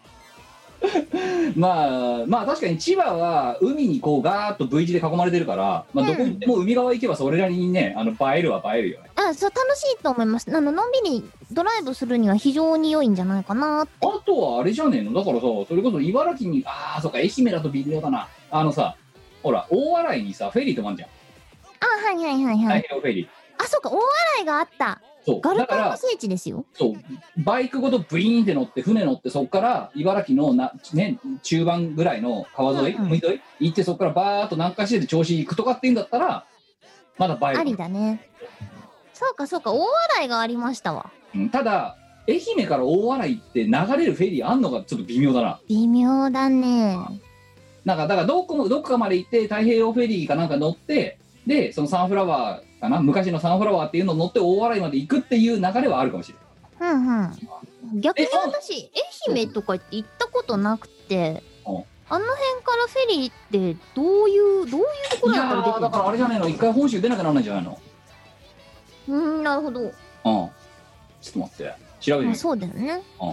まあまあ確かに千葉は海にこうガーッと V 字で囲まれてるから、まあ、どこにでも海側行けばそれなりにねあの映えるは映えるよね。 あ、そう、楽しいと思います。あの、のんびりドライブするには非常に良いんじゃないかなって。 あとはあれじゃねえのだからさそれこそ茨城にああそっか愛媛だと微妙だな。あのさほら大洗にさフェリー止まんじゃん。 あ、はいはいはいはい。 太平洋フェリー。 あ、そうか、大洗があった。 そうガルだからパンの聖地ですよ。 そうバイクごとブイーンって乗って船乗ってそこから茨城のな、ね、中盤ぐらいの川沿い、 うんうん海沿い行ってそこからバーッと南下してて調子行くとかっていうんだったらまだ映える。 ありだね。そうかそうか、大洗がありましたわ。 うんただ愛媛から大洗って流れるフェリーあんのがちょっと微妙だな。 微妙だね。 なんかだからどこもどこかまで行って太平洋フェリーかなんか乗ってでそのサンフラワーかな昔のサンフラワーっていうのを乗って大洗まで行くっていう流れはあるかもしれない。 うんうん。逆に私、愛媛とかって行ったことなくて、 うんあの辺からフェリーってどういう、どういうところいやだったら出てるーだからあれじゃねえの一回本州出なきゃならないんじゃないの。 うーん、なるほど。 うんちょっと待って調べてみまあ、 る。 そうだよね。 うん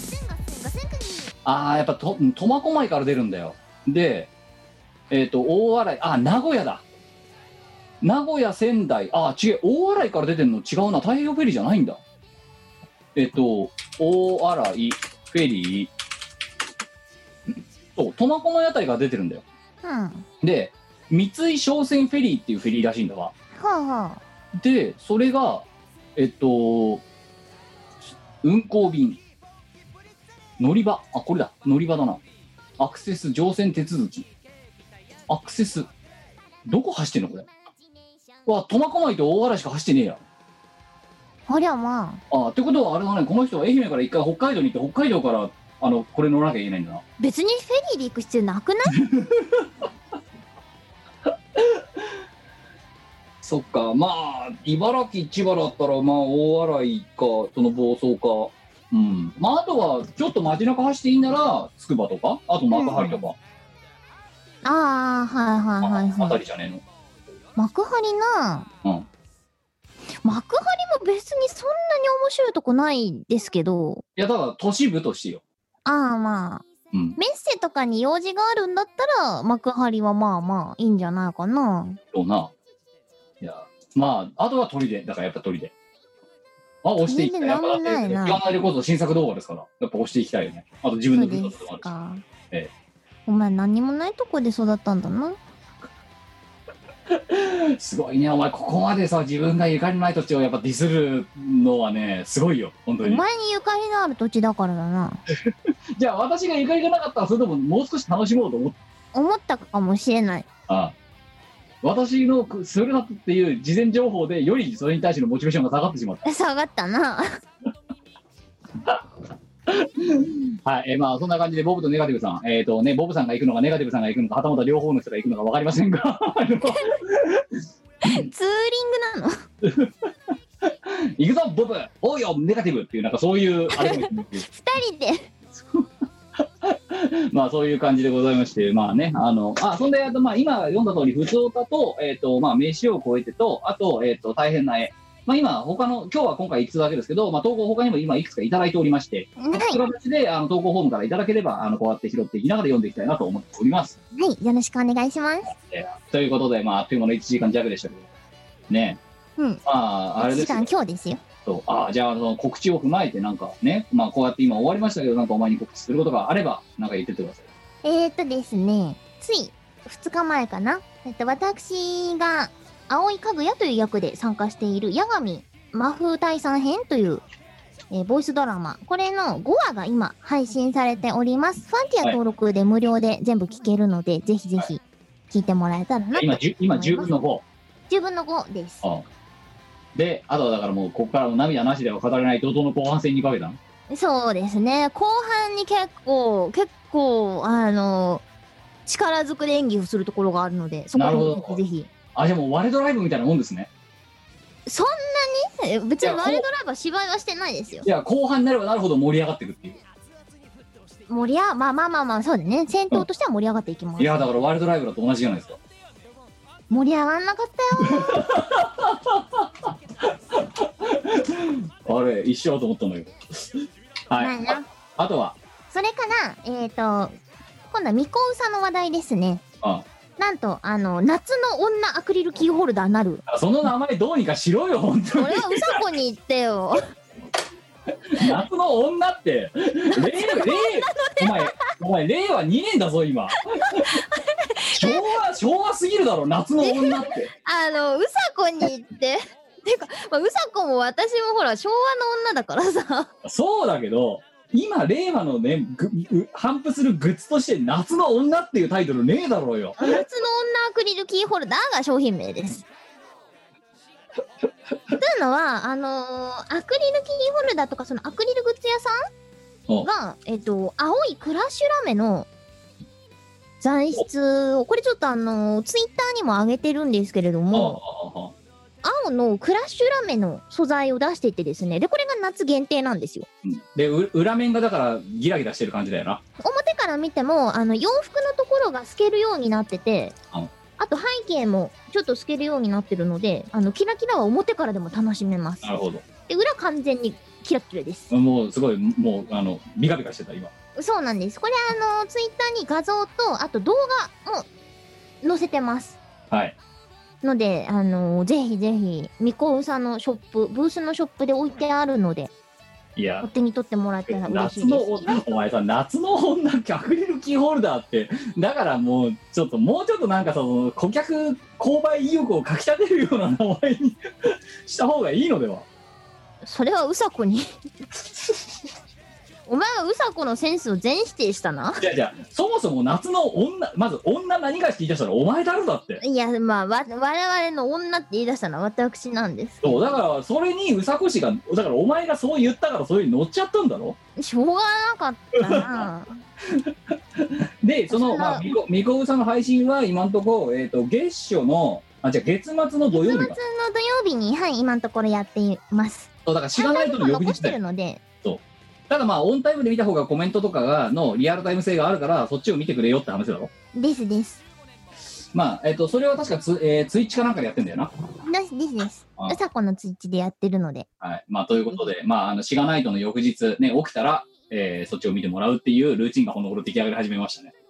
ああやっぱと苫小牧から出るんだよ。でえっ、と大洗あ名古屋だ。名古屋仙台あ違う大洗から出てんの違うな太平洋フェリーじゃないんだ。えっ、と大洗フェリーそう苫小牧あたりから出てるんだよ。 うん。はで三井商船フェリーっていうフェリーらしいんだわ。 あはでそれがえっと運航便乗り場あこれだ乗り場だなアクセス乗船手続きアクセスどこ走ってんのこれわ苫小牧と大洗しか走ってねえや。 あ。ありゃまあ。 あってことはあれだねこの人は愛媛から一回北海道に行って北海道からあのこれ乗らなきゃいけないんだな。 別にフェリーで行く必要なくない？ そっかまあ茨城千葉だったらまあ大洗かその房総かうんまああとはちょっと街中走っていいならつくばとかあと幕張とか、 ああ、はいはいはいああたはい。 りじゃね幕張な。 えの。うん幕張も別にそんなに面白いとこないですけど。 いやだから都市部としてよ。 ああまあ。 うんメッセとかに用事があるんだったら幕張はまあまあいいんじゃないかな。 そうないやまああとは鳥でだからやっぱ鳥であ押していきたい。やっぱだって鳥でなんもないな時間内レコード新作動画ですからやっぱ押していきたいよね。あと自分のルートとそうかもあるし。 ですか。 えお前何もないとこで育ったんだな。 すごいねお前ここまでさ自分がゆかりのない土地をやっぱディスるのはねすごいよ本当おに。 前にゆかりのある土地だからだな。 じゃあ私がゆかりがなかったらそれとももう少し楽しもうと思って思ったかもしれない。 ああ私のするなっていう事前情報でよりそれに対してのモチベーションが下がってしまった下がったな。 はい、えーまあそんな感じでボブとネガティブさん、えっ、とねボブさんが行くのかネガティブさんが行くのかはたまた両方の人が行くのか分かりませんが、あのツーリングなの。 行くぞボブ、おうよネガティブっていうなんかそういうあれかもしれないけど二人で。 まあそういう感じでございまして、まあね、あの、あ、そんで、あとまあ今読んだ通り、普通歌と、えっ、と、まあ名詞を超えてと、あと、えっ、と、大変な絵。まあ今、他の、今日は今回いつつだけですけど、まあ投稿他にも今いくつかいただいておりまして、 はそういう形で、あの、投稿フォームからいただければ、あの、こうやって拾っていきながら読んでいきたいなと思っております。 い。はい。よろしくお願いします。 えーということで、まあ、あっという間のいちじかん弱でしたけど、ね。 うん。 まあ、あれ 1時ですよ間今日ですよ。 そうあじゃあその告知を踏まえてなんかねまあこうやって今終わりましたけどなんかお前に告知することがあればなんか言ってってください。 えーとですね、ついふつかまえかな。えっと、私が青井かぐやという役で参加している八神魔風大三編という、えーボイスドラマ。これのごわが今配信されております。ファンティア登録で無料で全部聞けるので、ぜひぜひ聞いてもらえたらなと。 今じゅ今じゅうぶんのごじゅうぶんのごです。 あであとはだからもうここからも涙なしでは語れない怒涛の後半戦にかけたのそうですね。後半に結構、結構、あの、力ずくで演技をするところがあるので、そこなるほどもぜひ。 あじゃあもうワレドライブみたいなもんですね。 そんなにえ別いやにワールドライブは芝居はしてないですよい。や後半になればなるほど盛り上がっていくっていう盛り上まあまあまあまあ、そうだね。戦闘としては盛り上がっていきます。 いやだからワレドライブだと同じじゃないですか。 盛り上がんなかったよ。 あれ一緒だと思ったんだけどはいないなああとはそれから、えっ、と、今度はみこうさの話題ですね。 あなんと、あの、夏の女アクリルキーホルダーなる。 その名前どうにかしろよ本当に俺はうさこに言ってよ。 夏の女って令和令お前お前令和にねんだぞ今昭和昭和すぎるだろ夏の女ってあの、うさこに言って。てか、まあ、うさこも私もほら、昭和の女だからさ。 そうだけど今令和のねぐう反布するグッズとして夏の女っていうタイトルねえだろうよ。 夏の女アクリルキーホルダーが商品名です。というのは、あのーアクリルキーホルダーとか、そのアクリルグッズ屋さんおが、えっと、青いクラッシュラメの材質を、これちょっとあのーツイッターにも上げてるんですけれども、青のクラッシュラメの素材を出していてですね、で、これが夏限定なんですよ。 うんでう裏面がだからギラギラしてる感じだよな。 表から見ても、あの、洋服のところが透けるようになってて、 うんあと背景もちょっと透けるようになってるので、あの、キラキラは表からでも楽しめます。 なるほど。 で、裏完全にキラキラです。 もうすごいもうあのビカビカしてた今。 そうなんです。これあの、ツイッターに画像と、あと動画も載せてます。 はい。 ので、あの、ぜひぜひ、みこうさんのショップ、ブースのショップで置いてあるので、 いやお手に取ってもらったら嬉しいです。 夏のお前さ夏の女アクリルキーホルダーってだからもうちょっともうちょっとなんかその顧客購買意欲をかきたてるような名前にした方がいいのでは。 それはうさこに。お前はうさこのセンスを全否定したな。 じゃあじゃあそもそも夏の女まず女何がして言い出したらお前だろだって。 いや、まあ、わ、我々の女って言い出したのは私なんです。 そうだからそれにうさこ氏がだからお前がそう言ったからそういうに乗っちゃったんだろ。 しょうがなかったな。 でそのそんなまあみこみこうさんの配信は今のところえっ、と月初のあじゃあ月末の土月末の土曜日か。 曜日に、はい、今のところやっています。 そうだからしがないとの翌残して日だよ。 るので、 ただまあオンタイムで見た方がコメントとかがのリアルタイム性があるからそっちを見てくれよって話だろ。 ですです。 まあえっ、とそれは確かツ,、えーツイッチかなんかでやってんだよな。 ですですです。 あうさこのツイッチでやってるので。 はい。まあということでまああのしがないとの翌日ね起きたら、えーそっちを見てもらうっていうルーチンがこの頃出来上がり始めましたね。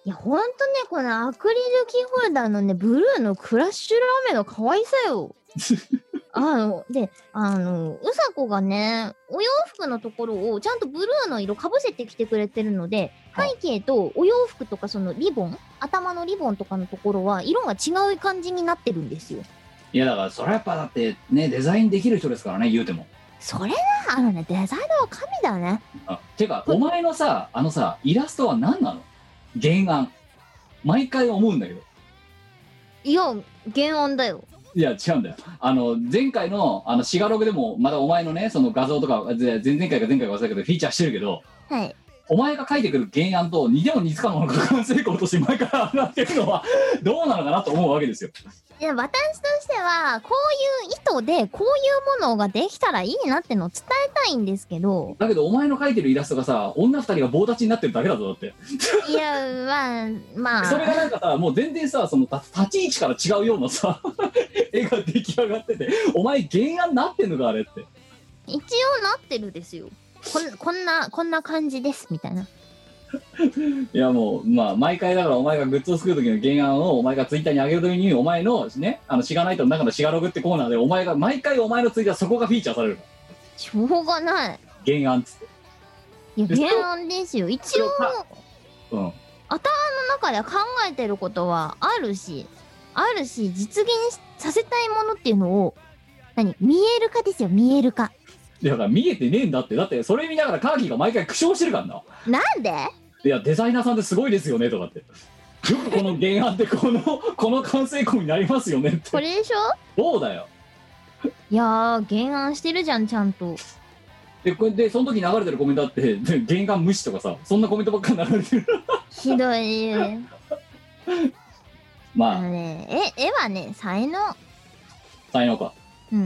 いやほんとね、このアクリルキーホルダーのねブルーのクラッシュラーメンの可愛さよ。あのであのうさこがねお洋服のところをちゃんとブルーの色かぶせてきてくれてるので、背景とお洋服とかそのリボン頭のリボンとかのところは色が違う感じになってるんですよ。 いやだからそれはやっぱだってねデザインできる人ですからね、言うても。 それな、あのねデザイナーは神だね。 あてかお前のさあのさイラストは何なの？原案。毎回思うんだけど。 いや原案だよ。 いや違うんだよ。あの前回のあのシガログでもまだお前のねその画像とかぜ前々回か前回か忘れたけどフィーチャーしてるけど、 はい。 お前が書いてくる原案と似ても似つかのものが完成功として前から上がってるのはどうなのかなと思うわけですよ。 いや私としてはこういう意図でこういうものができたらいいなってのを伝えたいんですけど、 だけどお前の描いてるイラストがさ女二人が棒立ちになってるだけだぞだって。 いやまあまあそれがなんかさもう全然さその立立ち位置から違うようなさ絵が出来上がってて、お前原案なってんのかあれって。 一応なってるですよ。こんこんなこんな感じですみたいな。 いやもうまあ毎回だからお前がグッズを作る時の原案をお前がツイッターに上げる時にお前のねあのシガナイトの中のシガログってコーナーでお前が毎回お前のツイッターそこがフィーチャーされる。 しょうがない。 原案っつって。 いや原案ですよ。一応うん。 頭の中では考えてることはあるしあるし実現させたいものっていうのを何見える化ですよ、見える化。 だから見えてねえんだって。だってそれ見ながらカーキーが毎回苦笑してるからな。 なんで？ いやデザイナーさんってすごいですよねとかって。よくこの原案ってこのこの完成稿になりますよねって。 これでしょ？ そうだよ。 いやー原案してるじゃんちゃんと。 でこれでその時流れてるコメントあって原案無視とかさそんなコメントばっかり流れてる。 ひどいね。 まああのね、絵絵はね才能。 才能か。 うん。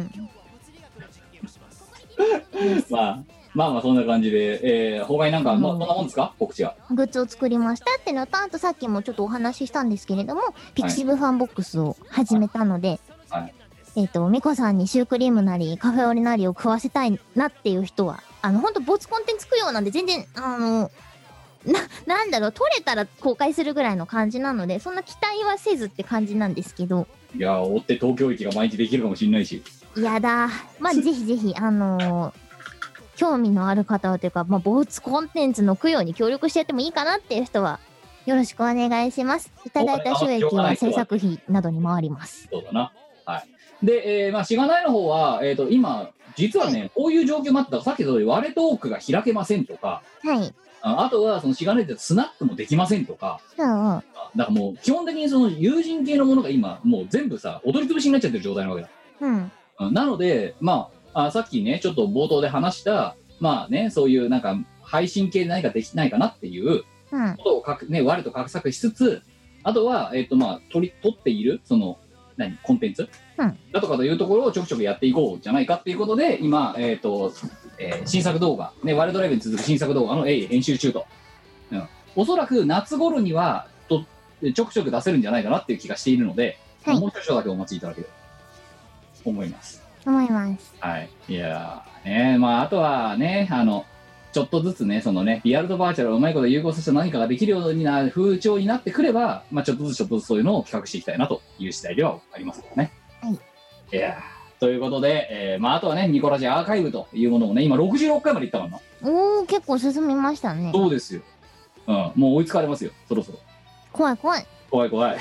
まあまあまあそんな感じで、えー、他になんか、まあ、そんなもんですか告知は。 グッズを作りましたってのと、あとさっきもちょっとお話ししたんですけれども、ピクシブファンボックスを始めたので、 はいはい、 えっと、ミコさんにシュークリームなりカフェオレなりを食わせたいなっていう人は、あの、ほんと没コンテンツ供養なんで全然、あの、な、なんだろう、撮れたら公開するぐらいの感じなので、そんな期待はせずって感じなんですけど。 いやー、追って東京駅が毎日できるかもしれないし。 やだ。まあ、ぜひぜひ、あのー、興味のある方はというか、まあ、没コンテンツの供養に協力してやってもいいかなっていう人は、よろしくお願いします。いただいた収益は制作費などに回ります。 そうだな。はい。で、えー、まあ、しがないの方は、えっ、ー、と、今、実はね、こういう状況もあったら、さっきの通り、割れトークが開けませんとか、 はい。 あ, あとは、そのしがないでスナックもできませんとか、 うんうん。 だからもう、基本的にその友人系のものが今、もう全部さ、踊り潰しになっちゃってる状態なわけだ。 うん。 なので、まあ、あさっきね、ちょっと冒頭で話した、まあね、そういうなんか、配信系で何かできないかなっていうことをかく、ね、我と画策しつつ、あとは、えっ、ー、と、まあ、取り、取っている、その、何、コンテンツ、 うん、 だとかというところをちょくちょくやっていこうじゃないかっていうことで、今、えっ、ー、と、えー、新作動画、ね、ワイルドライブに続く新作動画の鋭意編集中と。うん。おそらく夏頃には、と、ちょくちょく出せるんじゃないかなっていう気がしているので、はい、もう少々だけお待ちいただければと思います。 思います。 はい。いやー、ね、まあ、あとはね、あの、ちょっとずつね、そのね、リアルとバーチャルをうまいこと融合させた何かができるようにな風潮になってくれば、まあ、ちょっとずつちょっとずつそういうのを企画していきたいなという次第ではありますけどね。 はい。 いやー、ということで、えー、まあ、あとはね、ニコラジアーカイブというものもね、今ろくじゅうろっかいまでいったからな。 おー、結構進みましたね。 そうですよ。うん、もう追いつかれますよ、そろそろ。 怖い怖い。 怖い怖い。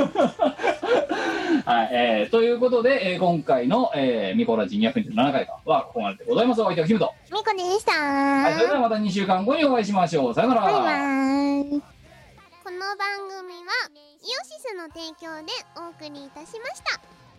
はい、えー、ということで、えー、今回の、えー、ミコラジにひゃくにじゅうななかいはここまででございます。お相手はキムとミコでしたー。 はい、それではまたにしゅうかんごにお会いしましょう。さよなら。 バイバーイ。 この番組はイオシスの提供でお送りいたしました。